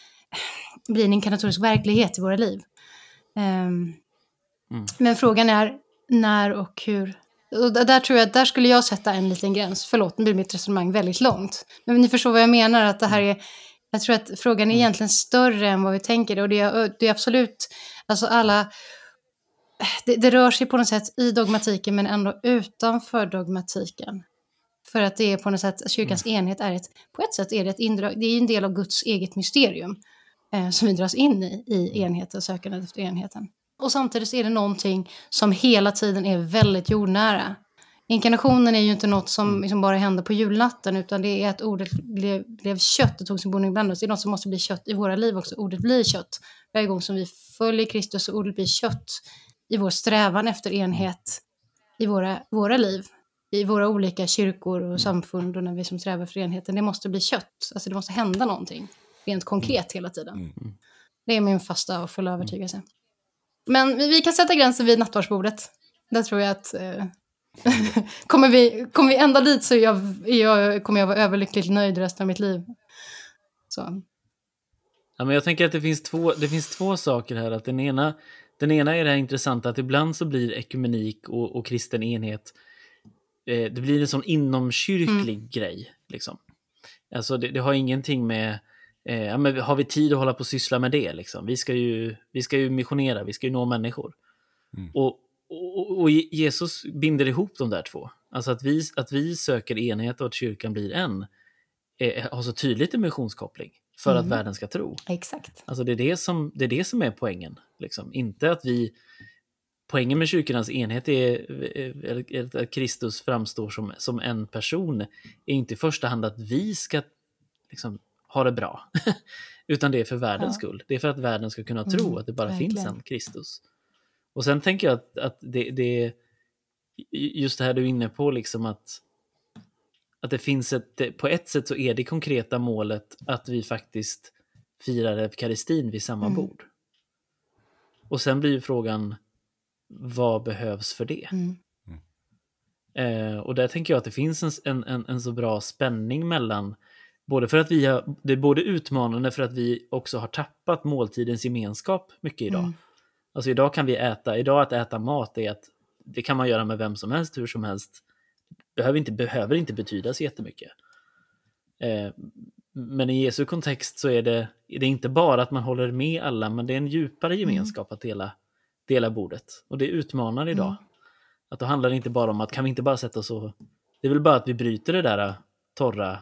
bli en inkarnatorisk verklighet i våra liv. Um, mm. Men frågan är när och hur. Och där tror jag att där skulle jag sätta en liten gräns. Förlåt, nu blir mitt resonemang väldigt långt. Men ni förstår vad jag menar, att det här är, jag tror att frågan är egentligen större än vad vi tänker. Och det är, det är absolut, alltså alla, det, det rör sig på något sätt i dogmatiken, men ändå utanför dogmatiken. För att det är på något sätt, kyrkans mm. enhet är ett, på ett sätt är det ett indrag, det är en del av Guds eget mysterium eh, som vi dras in i, i enheten, sökandet efter enheten. Och samtidigt är det någonting som hela tiden är väldigt jordnära. Inkarnationen är ju inte något som liksom bara händer på julnatten, utan det är att ordet blev, blev kött och tog sin boning bland oss. Det är något som måste bli kött i våra liv också. Ordet blir kött. Varje gång som vi följer Kristus och ordet blir kött i vår strävan efter enhet i våra, våra liv. I våra olika kyrkor och samfund och när vi som strävar för enheten. Det måste bli kött. Alltså det måste hända någonting rent konkret hela tiden. Mm. Det är min fasta och fulla övertygelse. Men vi, vi kan sätta gränsen vid nattvardsbordet. Där tror jag att... Eh, kommer, vi, kommer vi ända dit så jag, jag, kommer jag vara överlyckligt nöjd resten av mitt liv. Så. Ja, men jag tänker att det finns två, det finns två saker här. Att den, ena, den ena är det här intressanta att ibland så blir ekumenik och, och kristen enhet, eh, det blir en sån inomkyrklig mm. grej. Liksom. Alltså det, det har ingenting med, eh, ja, men har vi tid att hålla på och syssla med det? Liksom? Vi, ska ju, vi ska ju missionera, vi ska ju nå människor. Mm. Och Och, och Jesus binder ihop de där två. Alltså att vi, att vi söker enhet och att kyrkan blir en är, har så tydligt en missionskoppling för mm. att världen ska tro. Exakt. Alltså det är det som, det är, det som är poängen. Liksom. Inte att vi... Poängen med kyrkornas enhet är, är, är att Kristus framstår som, som en person. Är inte i första hand att vi ska liksom, ha det bra. Utan det är för världens ja. skull. Det är för att världen ska kunna tro mm, att det bara verkligen. finns en Kristus. Och sen tänker jag att, att det, det just det här du är inne på liksom att, att det finns ett, på ett sätt så är det konkreta målet att vi faktiskt firar eukaristin vid samma mm. bord. Och sen blir ju frågan, vad behövs för det? Mm. Eh, och där tänker jag att det finns en, en, en så bra spänning mellan, både för att vi har, det är både utmanande för att vi också har tappat måltidens gemenskap mycket idag. Mm. Alltså idag kan vi äta, idag att äta mat är att det kan man göra med vem som helst, hur som helst. Behöver inte, behöver inte betyda så jättemycket. Eh, men i Jesu kontext så är det, är det inte bara att man håller med alla, men det är en djupare gemenskap mm. att dela, dela bordet. Och det utmanar idag. Mm. Att då handlar det inte bara om att kan vi inte bara sätta oss och... Det är väl bara att vi bryter det där torra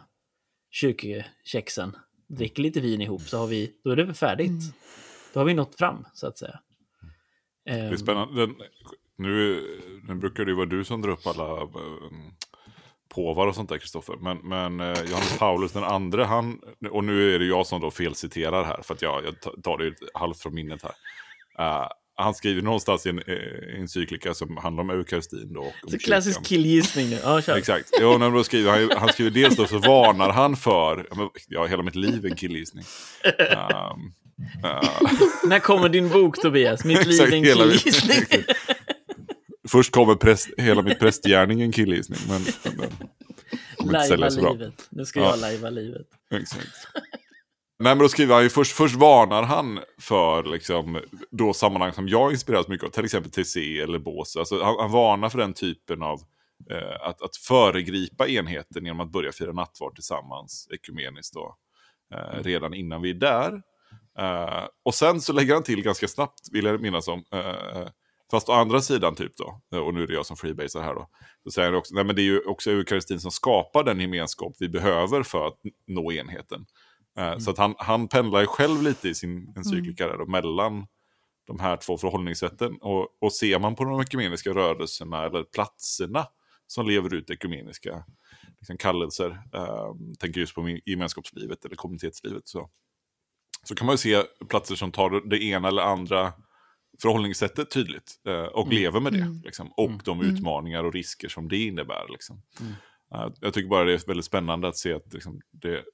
kyrkekexen, dricker lite vin ihop, så har vi, då är det väl färdigt. Mm. Då har vi nått fram, så att säga. Det är spännande. Den, nu, nu brukar det ju vara du som drar upp alla um, påvar och sånt där, Kristoffer. Men, men uh, Johannes Paulus den andra, han, och nu är det jag som då felciterar här, för att jag, jag tar det halvt från minnet här. Uh, han skriver någonstans i en uh, encyklika som handlar om eukaristin. Då, och om klassisk killgissning nu. Ja, exakt. Ja, när då skriver, han, han skriver dels då så varnar han för, ja, hela mitt liv en killgissning. Um, Uh. När kommer din bok, Tobias? Mitt liv är en killgissning. Först kommer präst, hela mitt prästgärning en killgissning. Men, men lajva livet. Nu ska ja. jag lajva livet. Exakt. Nej, men då skriver han ju först, först varnar han för liksom, då sammanhang som jag inspireras mycket av. Till exempel T C eller Bås. Alltså, han, han varnar för den typen av eh, att, att föregripa enheten genom att börja fira nattvard tillsammans ekumeniskt då. Eh, redan innan vi är där. Uh, och sen så lägger han till ganska snabbt, vill jag minnas om, uh, fast å andra sidan typ då, och nu är det jag som freebaser här då, så säger han också, nej men det är ju också eukaristin som skapar den gemenskap vi behöver för att nå enheten. Uh, mm. Så att han, han pendlar ju själv lite i sin encyklika mm. där då, mellan de här två förhållningssätten, och, och ser man på de ekumeniska rörelserna eller platserna som lever ut ekumeniska liksom kallelser, uh, tänker just på gemenskapslivet eller kommunitetslivet, så Så kan man ju se platser som tar det ena eller andra förhållningssättet tydligt eh, och mm. lever med det. Mm. Liksom, och mm. de utmaningar och risker som det innebär. Liksom. Mm. Uh, jag tycker bara det är väldigt spännande att se att liksom, det,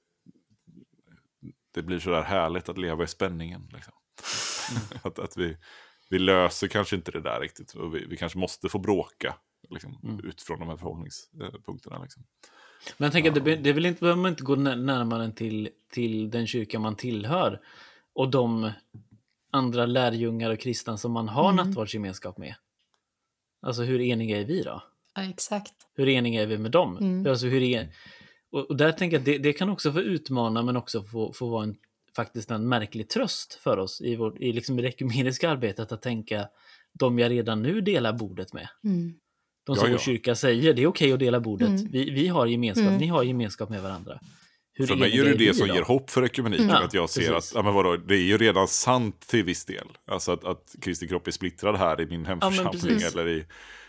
det blir så där härligt att leva i spänningen. Liksom. Mm. att att vi, vi löser kanske inte det där riktigt. Och vi, vi kanske måste få bråka liksom, mm. utifrån de här förhållningspunkterna. Liksom. Men jag tänker att det, det vill inte, behöver man inte gå närmare till, till den kyrka man tillhör och de andra lärjungar och kristna som man har mm. nattvardsgemenskap med. Alltså hur eniga är vi då? Ja, exakt. Hur eniga är vi med dem? Mm. Alltså, hur är, och, och där tänker jag att det, det kan också få utmana, men också få, få vara en, faktiskt en märklig tröst för oss i, vår, i liksom det ekumeniska arbetet, att tänka de jag redan nu delar bordet med. Mm. De som ja, ja. vår kyrka säger, det är okej att dela bordet. Mm. Vi, vi har gemenskap, mm. ni har gemenskap med varandra. Hur för mig är det det som då? ger hopp för ekumeniken. Mm. Att jag ser Precis. att ja, men vadå, det är ju redan sant till viss del. Alltså att, att Kristi kropp är splittrad här i min hemförsamling. Ja, eller i,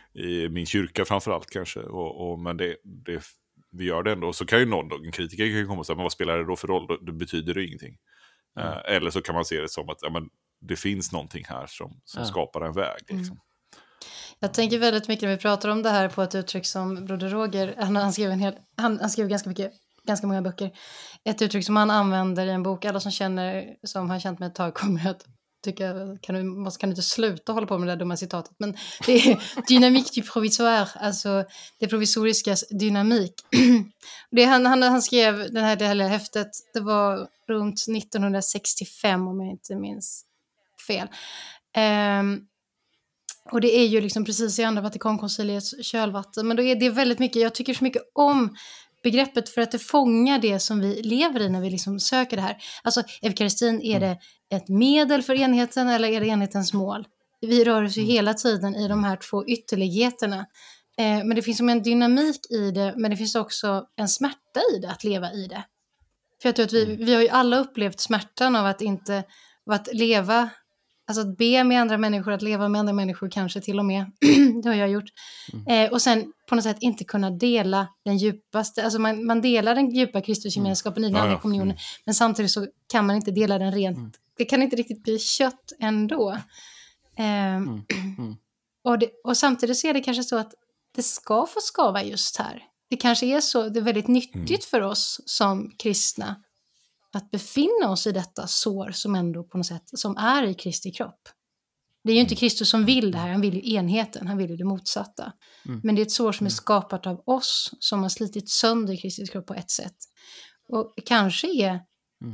i min kyrka framförallt kanske. Och, och, men det, det, vi gör det ändå. Och så kan ju någon, en kritiker kan ju komma och säga, men vad spelar det då för roll? Då, det betyder det ingenting. Mm. Uh, eller så kan man se det som att ja, men, det finns någonting här som, som ja. skapar en väg. Liksom. Mm. Jag tänker väldigt mycket när vi pratar om det här på ett uttryck som Broder Roger, han, han, skrev, en hel, han, han skrev ganska mycket, ganska många böcker. Ett uttryck som han använder i en bok, alla som känner, som har känt mig ett tag kommer att tycka, kan du, måste, kan du inte sluta hålla på med det där dumma citatet, men det är dynamik du provisoire, alltså det provisoriska dynamik. Det han, han, han skrev den här, det här häftet, det var runt nittonhundrasextiofem om jag inte minns fel. Um, och det är ju liksom precis i andra Vatikankonciliets kölvatten, men då är det väldigt mycket, jag tycker så mycket om begreppet för att det fångar det som vi lever i när vi liksom söker det här. Alltså eukaristin, är det ett medel för enheten eller är det enhetens mål? Vi rör oss ju hela tiden i de här två ytterligheterna. Eh, men det finns som en dynamik i det, men det finns också en smärta i det, att leva i det. För jag tror att vi, vi har ju alla upplevt smärtan av att inte, av att leva, alltså att be med andra människor, att leva med andra människor kanske till och med. Det har jag gjort. Mm. Eh, och sen på något sätt inte kunna dela den djupaste, alltså man, man delar den djupa Kristusgemenskapen mm. i den andra kommunen, mm. men samtidigt så kan man inte dela den rent, mm. det kan inte riktigt bli kött ändå. Eh, mm. Mm. Och, det, och samtidigt så är det kanske så att det ska få skava just här. Det kanske är så, det är väldigt nyttigt mm. för oss som kristna att befinna oss i detta sår som ändå på något sätt, som är i Kristi kropp. Det är ju inte Kristus som vill det här, han vill ju enheten, han vill ju det motsatta. Mm. Men det är ett sår som är skapat av oss, som har slitit sönder Kristi kropp på ett sätt. Och kanske är mm.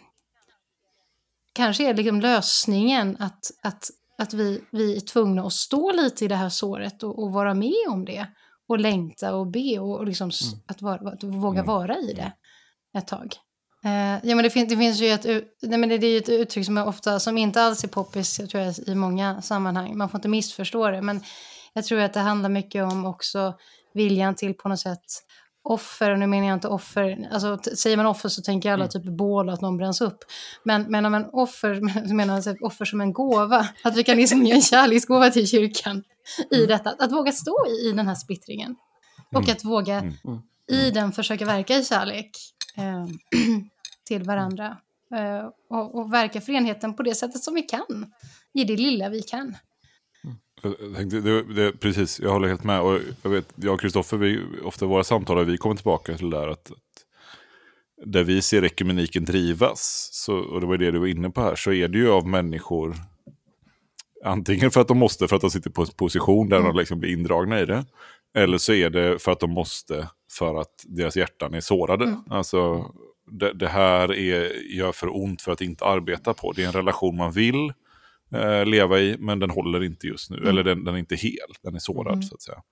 kanske är liksom lösningen att, att, att vi, vi är tvungna att stå lite i det här såret och, och vara med om det. Och längta och be och, och liksom mm. att, vara, att våga vara i det ett tag. Uh, ja, men det, fin- det finns ju ett, nej, men det, det är ju ett uttryck som är ofta, som inte alls är poppis, jag tror jag, i många sammanhang. Man får inte missförstå det, men jag tror att det handlar mycket om också viljan till på något sätt offer, och nu menar jag inte offer, alltså t- säger man offer så tänker alla mm. typ bål och att någon bränns upp. Men, men om man offer, så menar jag offer som en gåva, att vi kan liksom ge en kärleksgåva till kyrkan i mm. detta, att, att våga stå i, i den här splittringen. Och mm. att våga mm. i den försöka verka i kärlek eh, till varandra. Eh, och, och verka för enheten på det sättet som vi kan. I det lilla vi kan. Jag tänkte, det, det, precis, jag håller helt med. Och jag vet, jag och Kristoffer, vi, ofta i våra samtal har vi kommit tillbaka till det där att, att där vi ser ekumeniken drivas, så, och det var det du var inne på här, så är det ju av människor antingen för att de måste, för att de sitter på en position där mm. de liksom blir indragna i det, eller så är det för att de måste, för att deras hjärtan är sårade. Mm. Alltså det, det här är, gör för ont för att inte arbeta på. Det är en relation man vill eh, leva i, men den håller inte just nu. Mm. Eller den, den är inte hel, den är sårad mm. så att säga.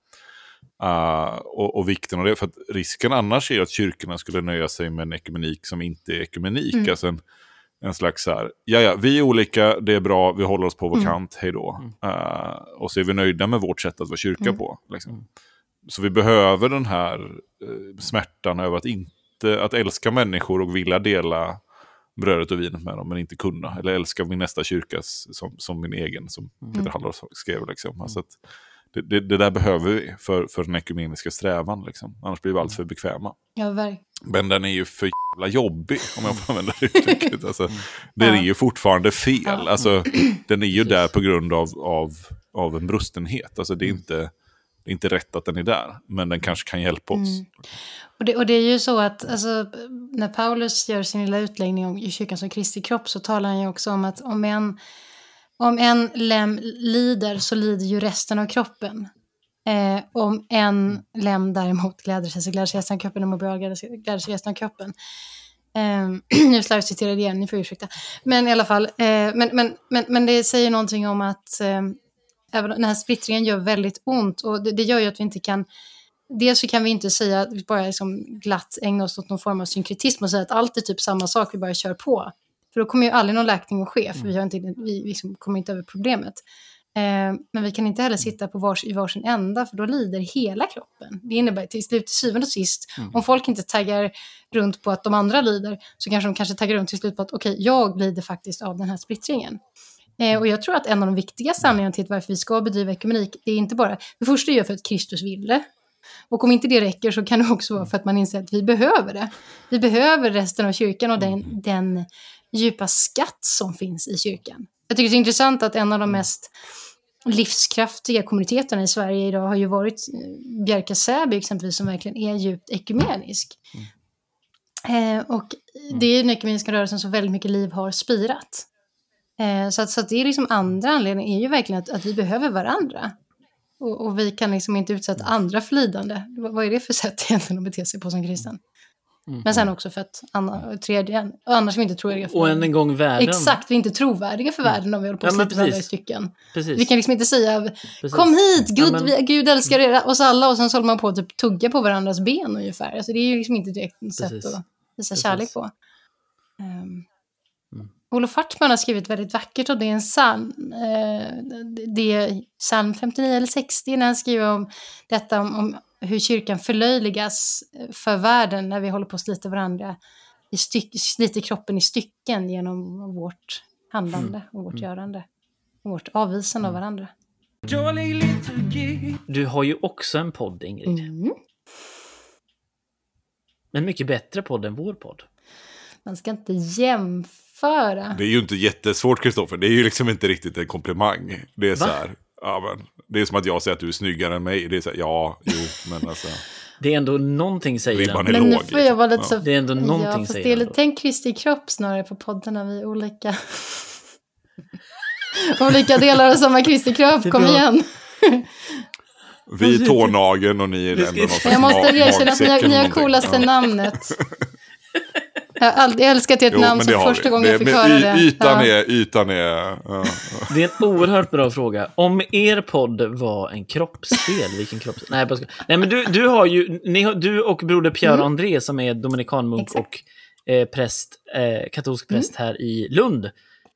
Uh, och, och vikten av det, för att risken annars är att kyrkorna skulle nöja sig med en ekumenik som inte är ekumenik. Mm. Alltså en, en slags så här, ja ja, vi är olika, det är bra, vi håller oss på vår mm. kant, hej då. Uh, och så är vi nöjda med vårt sätt att vara kyrka mm. på. Liksom. Mm. Så vi behöver den här uh, smärtan över att inte, att älska människor och vilja dela brödet och vinet med dem, men inte kunna. Eller älska min nästa kyrkas som, som min egen, som mm. Peter Hallor skrev. Liksom. Alltså att, Det, det, det där behöver vi för, för den ekumeniska strävan. Liksom. Annars blir vi allt för bekväma. Ja, verkligen. Men den är ju för jävla jobbig, om jag får använda det uttrycket. Alltså, det är ju fortfarande fel. Ja. Alltså, den är ju där på grund av, av, av en brustenhet. Alltså, det, är inte, det är inte rätt att den är där. Men den kanske kan hjälpa oss. Mm. Och, det, och det är ju så att alltså, när Paulus gör sin lilla utläggning om kyrkan som Kristi kropp, så talar han ju också om att om en Om en lem lider så lider ju resten av kroppen. Eh, om en lem däremot gläder sig så gläder sig resten av kroppen. Om man börjar gläder sig resten av kroppen. Eh, nu slarvciterar jag igen, ni får ursäkta. Men i alla fall, eh, men, men, men, men det säger någonting om att eh, även den här splittringen gör väldigt ont. Och det, det gör ju att vi inte kan, dels så kan vi inte säga att vi bara liksom glatt ägna oss åt någon form av synkretism och säga att allt är typ samma sak, vi bara kör på. För då kommer ju aldrig någon läkning att ske, för vi, har inte, vi liksom kommer inte över problemet. Eh, men vi kan inte heller sitta på vars, i varsin ända, för då lider hela kroppen. Det innebär till slut, till syvende och sist, mm. om folk inte taggar runt på att de andra lider, så kanske de kanske taggar runt till slut på att okej, okay, jag lider faktiskt av den här splittringen. Eh, och jag tror att en av de viktigaste anledningarna till varför vi ska bedriva ekumenik, det är inte bara, det första är för att Kristus vill det. Och om inte det räcker så kan det också vara för att man inser att vi behöver det. Vi behöver resten av kyrkan och den, den djupa skatt som finns i kyrkan. Jag tycker det är intressant att en av de mest livskraftiga kommuniteterna i Sverige idag har ju varit Bjärka Säby exempelvis, som verkligen är djupt ekumenisk. Mm. Eh, och det är den ekumeniska rörelsen som väldigt mycket liv har spirat. Eh, så, att, så att det är liksom andra anledningar är ju verkligen att, att vi behöver varandra. Och, och vi kan liksom inte utsätta andra för lidande. Vad, vad är det för sätt egentligen att bete sig på som kristen? Mm. Men sen också för att anna, tredje, annars är vi inte trovärdiga för och än en gång världen. Exakt, vi är inte trovärdiga för världen om vi håller på att ja, slita varandra i stycken. Precis. Vi kan liksom inte säga precis. Kom hit, Gud, ja, men... vi, Gud älskar er, oss alla, och sen så håller man på att typ tugga på varandras ben ungefär. Alltså det är ju liksom inte direkt ett sätt att visa precis. Kärlek på. Um, mm. Olof Hartman har skrivit väldigt vackert, och det är en psalm, eh, det är psalm femtionio eller sextio, när han skriver om detta om, om hur kyrkan förlöjligas för världen när vi håller på att slita varandra i styck, sliter kroppen i stycken genom vårt handlande och vårt mm. görande och vårt avvisande mm. av varandra. Du har ju också en podd, Ingrid. Mm. Men mycket bättre podd än vår podd. Man ska inte jämföra. Det är ju inte jättesvårt, Kristoffer. Det är ju liksom inte riktigt en komplimang. Det är Va? så här, ja, men, det är som att jag säger att du är snyggare än mig. Det är så här, ja, jo, men alltså. Det är ändå någonting, säger han. Men nu får jag vara lite så. Ja. Det är ändå någonting, ja, säger det är han. Tänk Kristi kropp snarare på poddarna, vi är olika. olika delar av samma Kristi kropp, kom igen. Vi är tårnageln och ni är den. Jag måste erkänna att ni har, ni har coolaste ja. namnet. Jag har aldrig älskat ert jo, namn som första gången det, jag fick höra y- det. Ytan ja. är, ytan är... Ja, ja. Det är en oerhört bra fråga. Om er podd var en kroppsdel, vilken kroppsdel? Nej, bara ska... Nej, men du, du har ju... Ni har, du och broder Pierre mm. André, som är dominikanmunk Exakt. och eh, präst, eh, katolsk präst mm. här i Lund.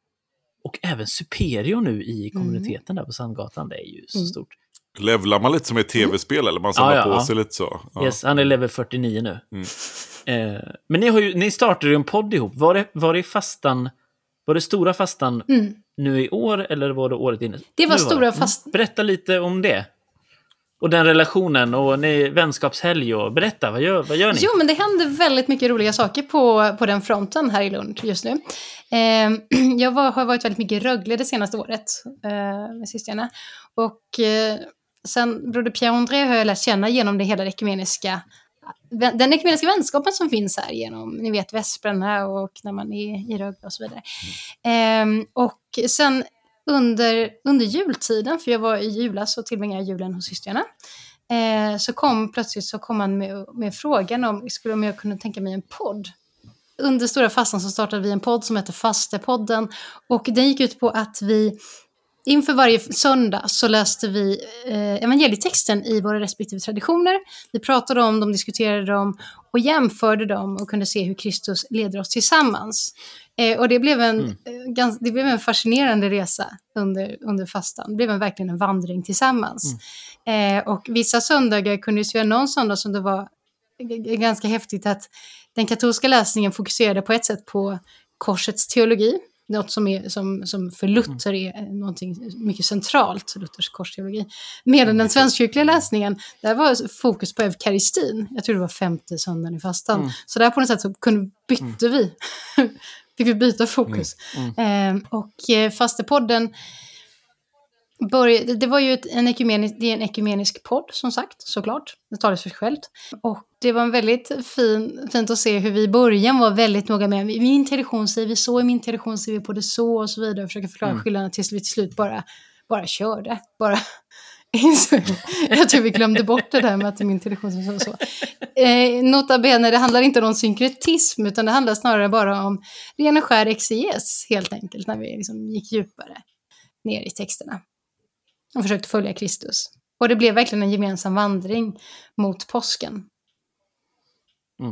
Och även superior nu i kommuniteten mm. där på Sandgatan. Det är ju så mm. stort. Levlar man lite som ett tv-spel eller man samlar ja, ja, på sig ja. lite så? Ja. Yes, han är level fyrtionio nu. Mm. Eh, men ni, har ju, ni startade ju en podd ihop. Var det, var det fastan, var det stora fastan mm. nu i år eller var det året inne? Det var nu stora var. fastan. Berätta lite om det. Och den relationen och ni, vänskapshelg och berätta, vad gör, vad gör ni? Jo, men det händer väldigt mycket roliga saker på, på den fronten här i Lund just nu. Eh, jag var, har varit väldigt mycket i Rögle det senaste året eh, med systrarna. Och eh, sen broder Pierre André har jag lärt känna genom det hela det ekumeniska, den ekumeniska vänskapen som finns här genom, ni vet, Vesprarna och när man är i Rögle och så vidare. Mm. Eh, och sen under, under jultiden, för jag var i julas och tillbringade julen hos systrarna, eh, så kom plötsligt så kom man med, med frågan om, skulle om jag kunde tänka mig en podd. Under stora fastan så startade vi en podd som heter Fastepodden, och den gick ut på att vi inför varje söndag så läste vi eh, evangelietexten i våra respektive traditioner. Vi pratade om dem, diskuterade dem och jämförde dem och kunde se hur Kristus leder oss tillsammans. Eh, och det blev, en, mm. eh, gans, det blev en fascinerande resa under, under fastan. Det blev en, verkligen en vandring tillsammans. Mm. Eh, och vissa söndagar kunde ju se någon söndag som det var g- ganska häftigt att den katolska läsningen fokuserade på ett sätt på korsets teologi. Något som, är, som, som för Luther är någonting mycket centralt, Luthers korsteologi. Medan den svenskkyrkliga läsningen, där var fokus på eukaristin. Jag tror det var femte söndagen i fastan. Mm. Så där på något sätt så kunde, bytte mm. vi. Fick vi byta fokus. Mm. Mm. Eh, och eh, Fastepodden började, det var ju ett, en, ekumenisk, det är en ekumenisk podd som sagt, såklart. Det talar för sig självt. Och det var väldigt fin, fint att se hur vi i början var väldigt noga med. I min tradition säger vi så, i min tradition säger vi på det så och så vidare. Och försöka förklara mm. skillnaderna tills vi till slut bara, bara körde. Bara... Jag tror vi glömde bort det där med att min tradition säger så och så. Eh, nota bene, det handlar inte om synkretism, utan det handlar snarare bara om ren och skär exeges helt enkelt. När vi liksom gick djupare ner i texterna. Och försökte följa Kristus. Och det blev verkligen en gemensam vandring mot påsken. Mm.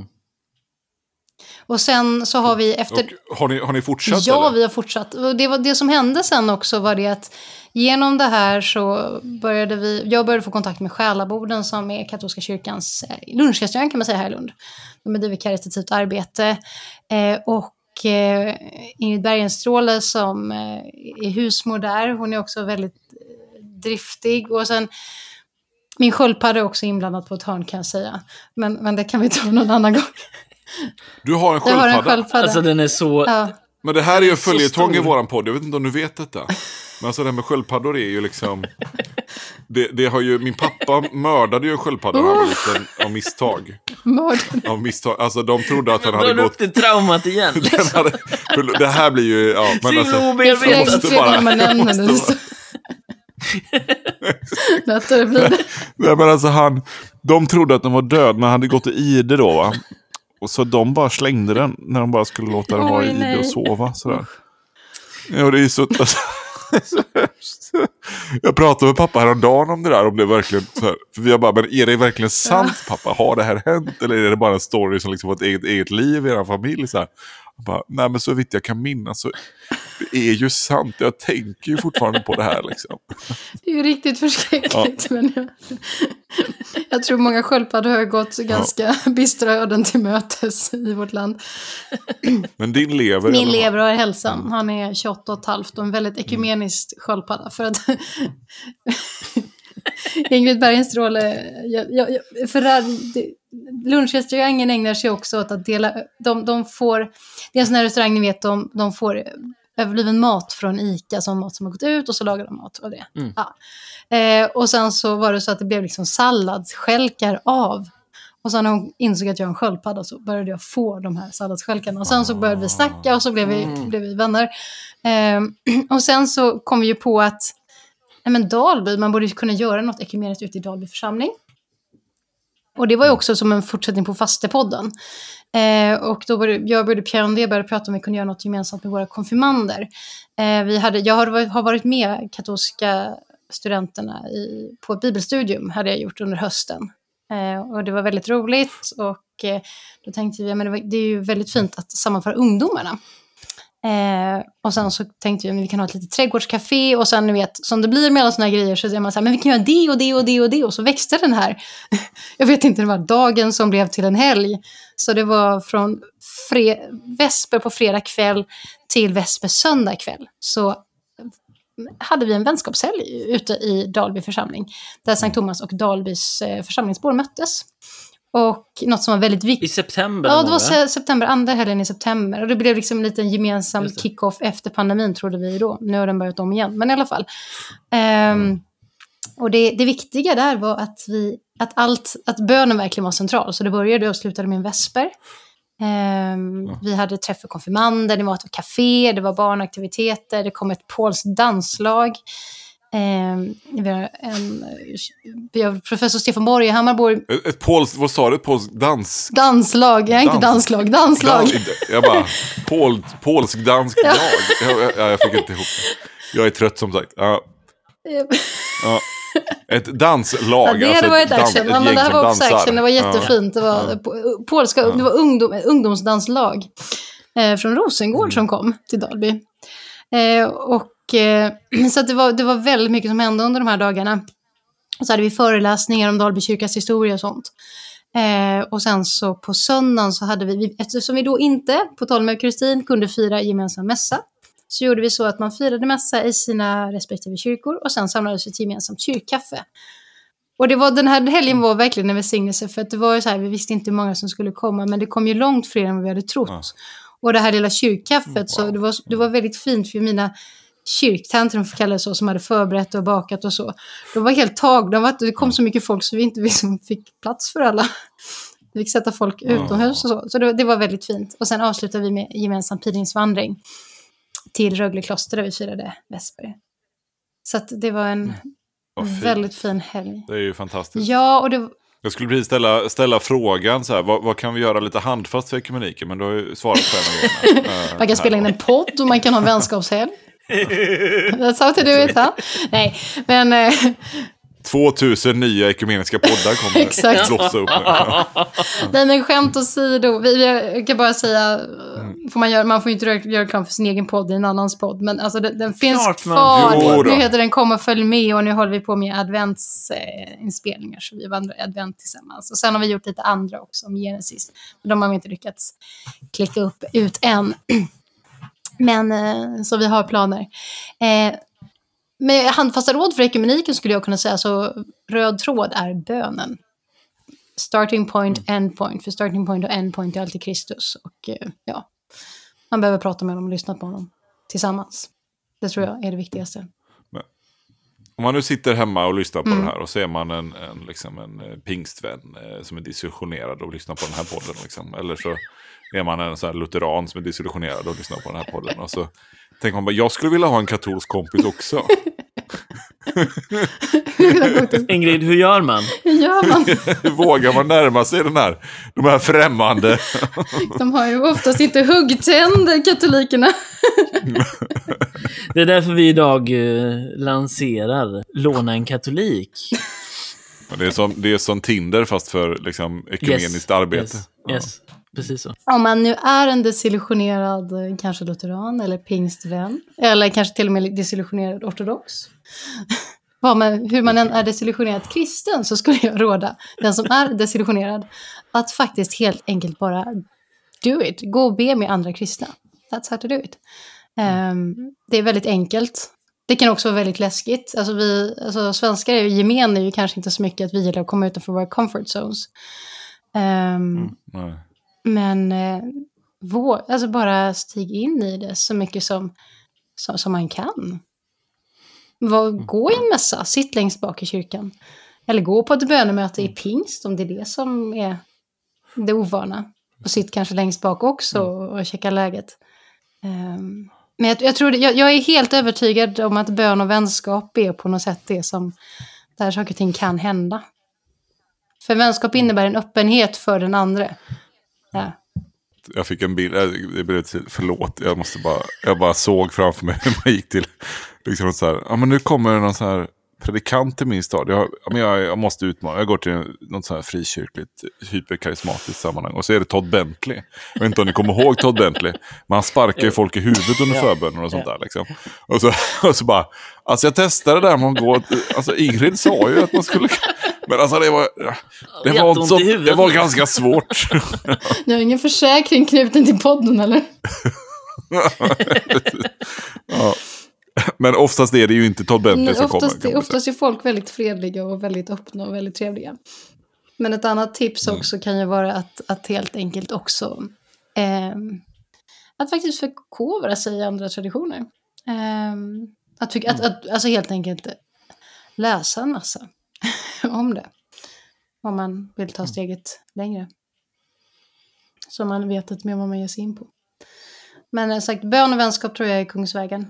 Och sen så har vi efter... Och har, ni, har ni fortsatt? Ja, eller? vi har fortsatt. Och det, var, det som hände sen också var det att genom det här så började vi... Jag började få kontakt med Själaborden som är katolska kyrkans lunchrestaurang kan man säga här i Lund. De bedriver karitativt arbete. Eh, och Och eh, Ingrid Bergenstråle som eh, är husmor där, hon är också väldigt eh, driftig. Och sen min sköldpadda är också inblandad på ett hörn kan jag säga. Men, men det kan vi ta någon annan gång. Du har en Jag sköldpadda? har en sköldpadda. Alltså den är så... Ja. Men det här är ju en Så följetong i stor. våran podd. Jag vet inte om du vet detta. Men alltså det här med sköldpaddor är ju liksom... Det, det har ju... Min pappa mördade ju en sköldpadda när han var liten av misstag. Mörd. Av misstag. Alltså de trodde att han Drar hade du upp gått... det traumat igen? Den hade, för det här blir ju... Ja, men Så alltså, obearbetat. måste bara- när man nämner jag det. måste Så. Lättare blir det. Nej, men alltså han... De trodde att den var död, men han hade gått i ide då, va? Och så de bara slängde den när de bara skulle låta den vara i Oj, ide nej. och sova. Sådär. Ja, det är så... Alltså, så hemskt. Jag pratade med pappa häromdagen om det där, om det verkligen... Så här, för vi har bara, men är det verkligen sant, pappa? Har det här hänt? Eller är det bara en story som liksom har ett eget, eget liv i er familj? Så här. Jag bara, nej, men så vitt jag kan minnas så... Det är ju sant, jag tänker ju fortfarande på det här liksom. Det är ju riktigt förskräckligt. Ja. Men jag, jag tror många sköldpaddor har gått ganska ja. bistra öden till mötes i vårt land. Men din lever... Min lever har hälsan. Han är tjugoåtta och ett halvt och en väldigt ekumeniskt sköldpadda. För att Ingrid Bergenstråle... Jag, jag, för det, lunchrestaurangen ägnar sig också åt att dela... De, de får... Det är en sån här restaurang, ni vet, de, de får... överbliven mat från ICA som mat som har gått ut och så lagar de mat av det. Mm. Ja. Eh, och sen så var det så att det blev liksom salladsskälkar av. Och sen när hon insåg att jag är en sköldpadda så började jag få de här salladsskälkarna. Och sen så började vi snacka och så blev vi, mm. blev vi vänner. Eh, och sen så kom vi ju på att nej men Dalby, man borde kunna göra något ekumeniskt ute i Dalby församling. Och det var ju också som en fortsättning på Fastepodden. Eh, och då började, jag började Pierre och började prata om att vi kunde göra något gemensamt med våra konfirmander. Eh, vi hade, jag har, har varit med katolska studenterna i, på ett bibelstudium hade jag gjort under hösten. Eh, och det var väldigt roligt och eh, då tänkte vi, men det, var, det är ju väldigt fint att sammanföra ungdomarna. Eh, och sen så tänkte vi att vi kan ha ett litet trädgårdscafé och sen ni vet, som det blir med alla såna här grejer så är man så här, men vi kan göra det och det och det och det och så växte den här, jag vet inte, det var dagen som blev till en helg. Så det var från fre- vesper på fredag kväll till vesper söndag kväll. Så hade vi en vänskapshelg ute i Dalby församling där Sankt Thomas och Dalbys eh, församlingsbor möttes. Och något som var väldigt viktigt. I september? Ja, det var se- september, andra helgen i september. Och det blev liksom en liten gemensam kick-off efter pandemin, trodde vi då. Nu har den börjat om igen, men i alla fall. Um, mm. Och det, det viktiga där var att, vi, att, allt, att bönen verkligen var central. Så det började och slutade med en vesper. Um, mm. Vi hade träff för konfirmander, det var ett café, det var barnaktiviteter, det kom ett polskt danslag. Um, vi har en vi har professor Stefan Borgehammar bor ett, ett pols, vad sa du? Ett polsk dans danslag, jag är inte dans. danslag, danslag. Dan, jag bara pol, polsk dansk lag. Jag, jag, jag fick inte ihop det. Jag är trött som sagt. Ja. Ja. Ett danslag. Ja, det alltså var ett dans, action. ett Ja, men det här var också dansar. action. Det var jättefint. Det var ja. polska, det var ungdom, ungdomsdanslag eh, från Rosengård mm. som kom till Dalby. Eh, och så att det, var, det var väldigt mycket som hände under de här dagarna. Och så hade vi föreläsningar om Dalby kyrkas historia och sånt. Eh, och sen så på söndagen så hade vi, eftersom vi då inte, på tal med eukaristin, kunde fira gemensam mässa, så gjorde vi så att man firade mässa i sina respektive kyrkor och sen samlades vi till gemensamt kyrkkaffe. Och det var, den här helgen var verkligen en välsignelse, för att det var ju så här, vi visste inte hur många som skulle komma, men det kom ju långt fler än vad vi hade trott. Ja. Och det här lilla kyrkkaffet, wow. så det var, det var väldigt fint för mina kyrktanter, de får kalla det så, som hade förberett och bakat och så. De var helt tagna, det kom så mycket folk så vi inte liksom fick plats för alla. Vi fick sätta folk utomhus och så. Så det, det var väldigt fint. Och sen avslutade vi med gemensam pilgrimsvandring till Rögle kloster där vi firade vesper. Så att det var en mm. väldigt fin helg. Det är ju fantastiskt. Ja, och det... Jag skulle precis ställa, ställa frågan så här, vad, vad kan vi göra lite handfast för ekumeniken? Men du har ju svarat på en uh, Man kan spela in en podd och man kan ha en vänskapshelg. That's how to do it, huh? Nej, men... Eh... tvåtusen nya ekumeniska poddar kommer Exakt. blossa upp nu. Nej, men skämt åsido. Vi, jag kan bara säga, får man göra, man får ju inte göra reklam för sin egen podd i en annans podd, men alltså den, den finns Klart man kvar. får. Nu heter den Kom och följ med, och nu håller vi på med adventsinspelningar, eh, så vi vandrar advent tillsammans. Och sen har vi gjort lite andra också om Genesis, men de har vi inte lyckats klicka upp ut än. Men eh, så vi har planer. Eh, med handfasta råd för ekumeniken skulle jag kunna säga, så röd tråd är bönen. Starting point, end point. För starting point och end point är alltid Kristus. Och eh, ja, man behöver prata med honom och lyssna på honom tillsammans. Det tror jag är det viktigaste. Men, om man nu sitter hemma och lyssnar på Mm. det här och så är man en, en, liksom en eh, pingstvän eh, som är disillusionerad och lyssnar på den här podden. Liksom. Eller så är man en sån här lutheran som är disillusionerad och lyssnar på den här podden. Och så tänker man bara, jag skulle vilja ha en katolsk kompis också. Ingrid, hur gör man? Hur gör man? Hur vågar man närma sig den här, de här främmande? De har ju oftast inte huggtänder, katolikerna. Det är därför vi idag eh, lanserar Låna en katolik. Det är som, det är som Tinder fast för liksom, ekumeniskt Yes, arbete. Yes, yes. Precis så. Om man nu är en desillusionerad, eh, kanske lutheran eller pingstvän, eller kanske till och med desillusionerad ortodox. Vad man, hur man än är desillusionerad kristen, så skulle jag råda den som är desillusionerad att faktiskt helt enkelt bara do it. Gå och be med andra kristna. That's how to do it. Um, det är väldigt enkelt. Det kan också vara väldigt läskigt. Alltså vi, alltså svenskar är ju gemen är ju kanske inte så mycket att vi gillar att komma utanför våra comfort zones. Um, Mm, nej. Men eh, vår, alltså bara stig in i det så mycket som, som, som man kan. Var, gå i en mässa, sitt längst bak i kyrkan. Eller gå på ett bönemöte i pingst, om det är det som är det ovana. Och sitt kanske längst bak också och, och checka läget. Um, men jag, jag, tror det, jag, jag är helt övertygad om att bön och vänskap är på något sätt det som där saker och ting kan hända. För vänskap innebär en öppenhet för den andra. Ja. Jag fick en bild, det blev till, förlåt, jag måste bara, jag bara såg framför mig hur man gick till, liksom så här, ja men nu kommer någon så här predikant till min stad, jag, ja, men jag, jag måste utmana, jag går till något så här frikyrkligt, hyperkarismatiskt sammanhang, och så är det Todd Bentley, jag vet inte om ni kommer ihåg Todd Bentley, men han sparkar ju folk i huvudet under förbönen och sånt där liksom, och så, och så bara, alltså jag testade det där med att gå, alltså Ingrid sa ju att man skulle... Men alltså det var, det var, Jätteont så, i huvudet. det var ganska svårt. Ni har ingen försäkring knuten till podden, eller? Ja. Men oftast är det ju inte Todd Bentley som kommer. Oftast, är, oftast är folk väldigt fredliga och väldigt öppna och väldigt trevliga. Men ett annat tips Mm. också kan ju vara att, att helt enkelt också eh, att faktiskt förkovra sig i andra traditioner. Eh, att, tycka, Mm. att, att alltså helt enkelt läsa en massa om det. Om man vill ta steget längre. Så man vet lite mer vad man ger sig in på. Men som sagt, bön och vänskap tror jag är kungsvägen.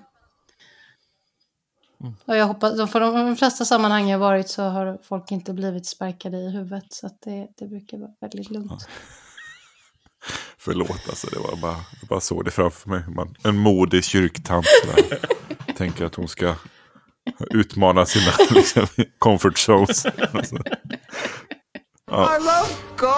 Mm. Och jag hoppas, för de flesta sammanhang jag varit så har folk inte blivit sparkade i huvudet. Så att det, det brukar vara väldigt lugnt. Förlåt, alltså det var bara, jag bara såg det framför mig. Man, en modig kyrktant där. Tänker att hon ska utmana sina liksom, comfort zones. Alltså. Ja. I love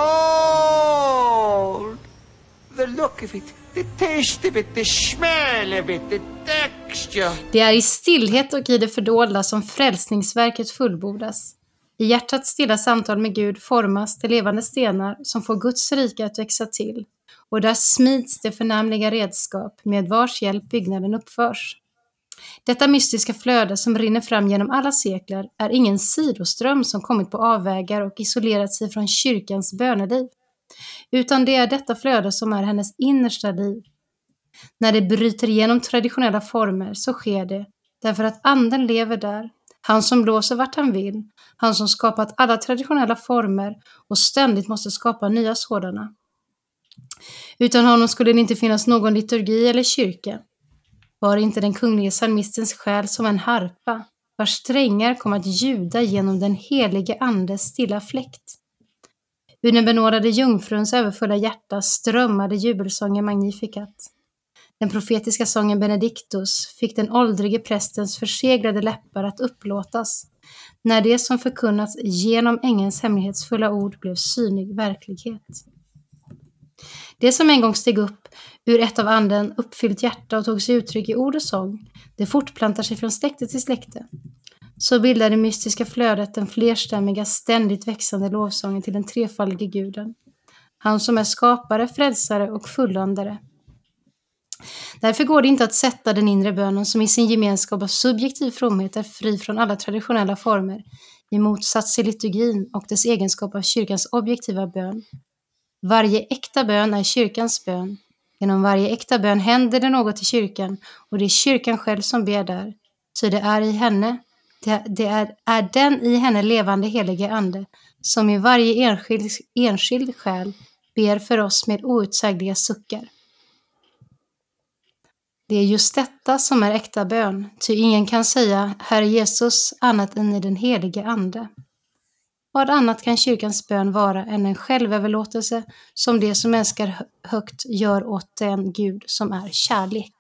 gold. The look of it, the taste of it, the smell of it, the texture. Det är i stillhet och i det fördolda som frälsningsverket fullbordas. I hjärtats stilla samtal med Gud formas de levande stenar som får Guds rike att växa till. Och där smids det förnämliga redskap med vars hjälp byggnaden uppförs. Detta mystiska flöde som rinner fram genom alla sekler är ingen sidoström som kommit på avvägar och isolerat sig från kyrkans böneliv. Utan det är detta flöde som är hennes innersta liv. När det bryter igenom traditionella former så sker det därför att anden lever där. Han som blåser vart han vill. Han som skapat alla traditionella former och ständigt måste skapa nya sådana. Utan honom skulle det inte finnas någon liturgi eller kyrka. Var inte den kungliga psalmistens själ som en harpa, vars strängar kom att ljuda genom den helige andes stilla fläkt. Ur den benådade jungfruns överfulla hjärta strömmade jubelsången Magnificat. Den profetiska sången Benedictus fick den åldrige prästens förseglade läppar att upplåtas, när det som förkunnats genom ängelns hemlighetsfulla ord blev synlig verklighet. Det som en gång steg upp ur ett av anden uppfyllt hjärta och tog sig uttryck i ord och sång, det fortplantar sig från släkte till släkte. Så bildar det mystiska flödet den flerstämmiga, ständigt växande lovsången till den trefaldige guden. Han som är skapare, frälsare och fulländare. Därför går det inte att sätta den inre bönen som i sin gemenskap av subjektiv fromhet är fri från alla traditionella former, i motsats till liturgin och dess egenskap av kyrkans objektiva bön. Varje äkta bön är kyrkans bön. Genom varje äkta bön händer det något i kyrkan, och det är kyrkan själv som ber där. Ty det är i henne, det, det är, är den i henne levande helige ande, som i varje enskild, enskild själ ber för oss med outsägliga suckar. Det är just detta som är äkta bön, ty ingen kan säga Herre Jesus annat än i den helige ande. Vad annat kan kyrkans bön vara än en självöverlåtelse som det som älskar högt gör åt den Gud som är kärlek?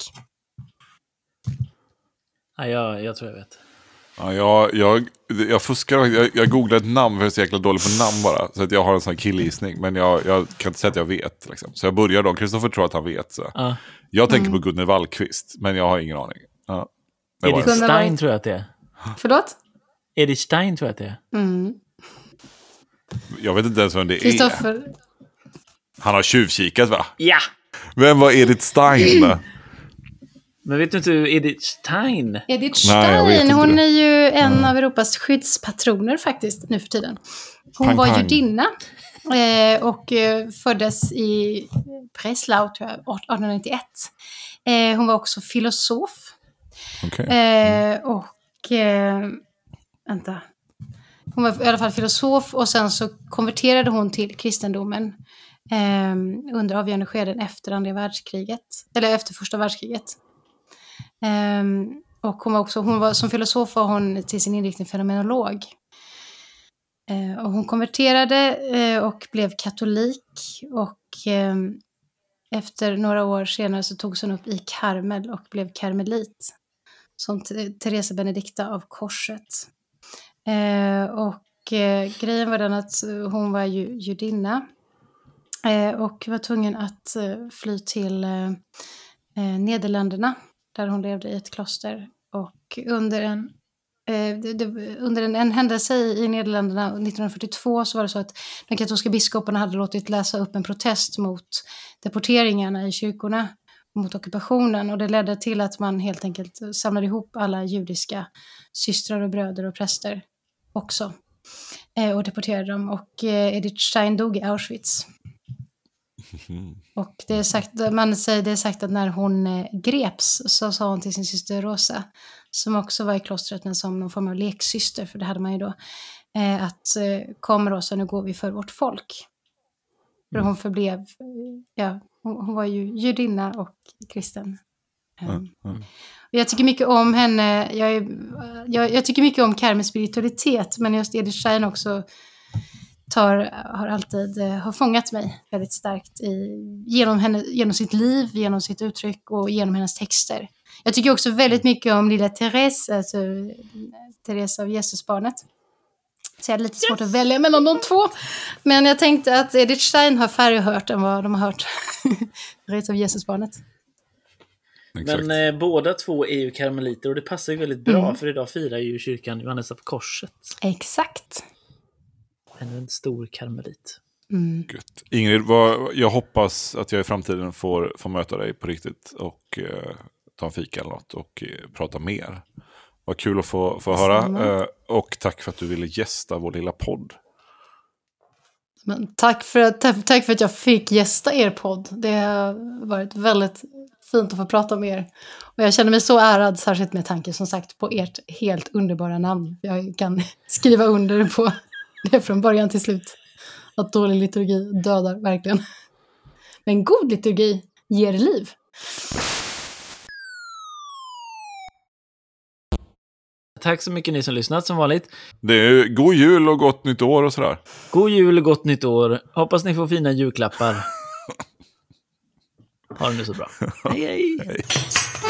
Ja, jag, jag tror jag vet. Ja, jag, jag, jag fuskar. Jag, jag googlade ett namn för jag är så jäkla dålig på namn bara. Så att jag har en sån här killgissning. Men jag, jag kan inte säga att jag vet. Liksom. Så jag börjar då. Kristoffer tror att han vet. Så. Ja. Jag tänker Mm. på Gunnar Wallqvist. Men jag har ingen aning. Ja. Det var Edith det. Gunnar Stein Wall- tror jag att det är. Förlåt? Edith Stein tror jag att det är. Mm. Jag vet inte ens vem det är. Kristoffer. Han har tjuvkikat va? Ja! Vem var Edith Stein då? Men vet du inte hur Edith Stein? Edith Nej, jag vet Stein, inte hon det. är ju en av Europas skyddspatroner faktiskt nu för tiden. Hon Pang, var pang. judinna eh, och eh, föddes i Breslau tror jag, artonhundranittioett. Eh, hon var också filosof. Okay. Eh, och eh, vänta. Hon var i alla fall filosof och sen så konverterade hon till kristendomen eh, under avgörande skeden efter andra världskriget. Eller efter första världskriget. Eh, och hon var också, hon var, som filosof var hon till sin inriktning fenomenolog. Eh, och hon konverterade eh, och blev katolik. Och eh, efter några år senare så togs hon upp i Karmel och blev karmelit. Som T- Teresa Benedicta av korset. Eh, och eh, grejen var den att hon var ju judinna. Eh, och var tvungen att eh, fly till eh, eh, Nederländerna. Där hon levde i ett kloster. Och under en, eh, det, det, under en, en händelse i Nederländerna nittonhundrafyrtiotvå så var det så att de katolska biskoparna hade låtit läsa upp en protest mot deporteringarna i kyrkorna. Mot ockupationen, och det ledde till att man helt enkelt samlade ihop alla judiska systrar och bröder och präster också eh, och deporterade dem, och eh, Edith Stein dog i Auschwitz. Och det är sagt, man säger, det är sagt att när hon eh, greps så sa hon till sin syster Rosa, som också var i klostret men som någon form av leksyster, för det hade man ju då, eh, att eh, kom Rosa, nu går vi för vårt folk. För hon förblev, ja, hon, hon var ju judinna och kristen. Mm, mm. Jag tycker mycket om henne, jag, är, jag, jag tycker mycket om Carmens spiritualitet, men just Edith Stein också tar, har alltid har fångat mig väldigt starkt i, genom, henne, genom sitt liv, genom sitt uttryck och genom hennes texter. Jag tycker också väldigt mycket om lilla Therese, alltså Therese av Jesusbarnet. Så jag är lite svårt att välja mellan de två. Men jag tänkte att Edith Stein har färre hört än vad de har hört Therese av Jesusbarnet. Men eh, båda två är ju karmeliter och det passar ju väldigt bra Mm. för idag firar ju kyrkan Johannes av korset. Exakt. Ännu en stor karmelit. Mm. Gött. Ingrid, vad, jag hoppas att jag i framtiden får, får möta dig på riktigt och eh, ta en fika eller något och eh, prata mer. Vad kul att få, få höra. Eh, och tack för att du ville gästa vår lilla podd. Men tack, för att, tack för att jag fick gästa er podd. Det har varit väldigt fint att få prata med er. Och jag känner mig så ärad, särskilt med tanke som sagt på ert helt underbara namn. Jag kan skriva under på det från början till slut. Att dålig liturgi dödar verkligen. Men god liturgi ger liv. Tack så mycket ni som lyssnat som vanligt. Det är god jul och gott nytt år och sådär. God jul och gott nytt år. Hoppas ni får fina julklappar. Ha det nu så bra. Hej hej. Hej.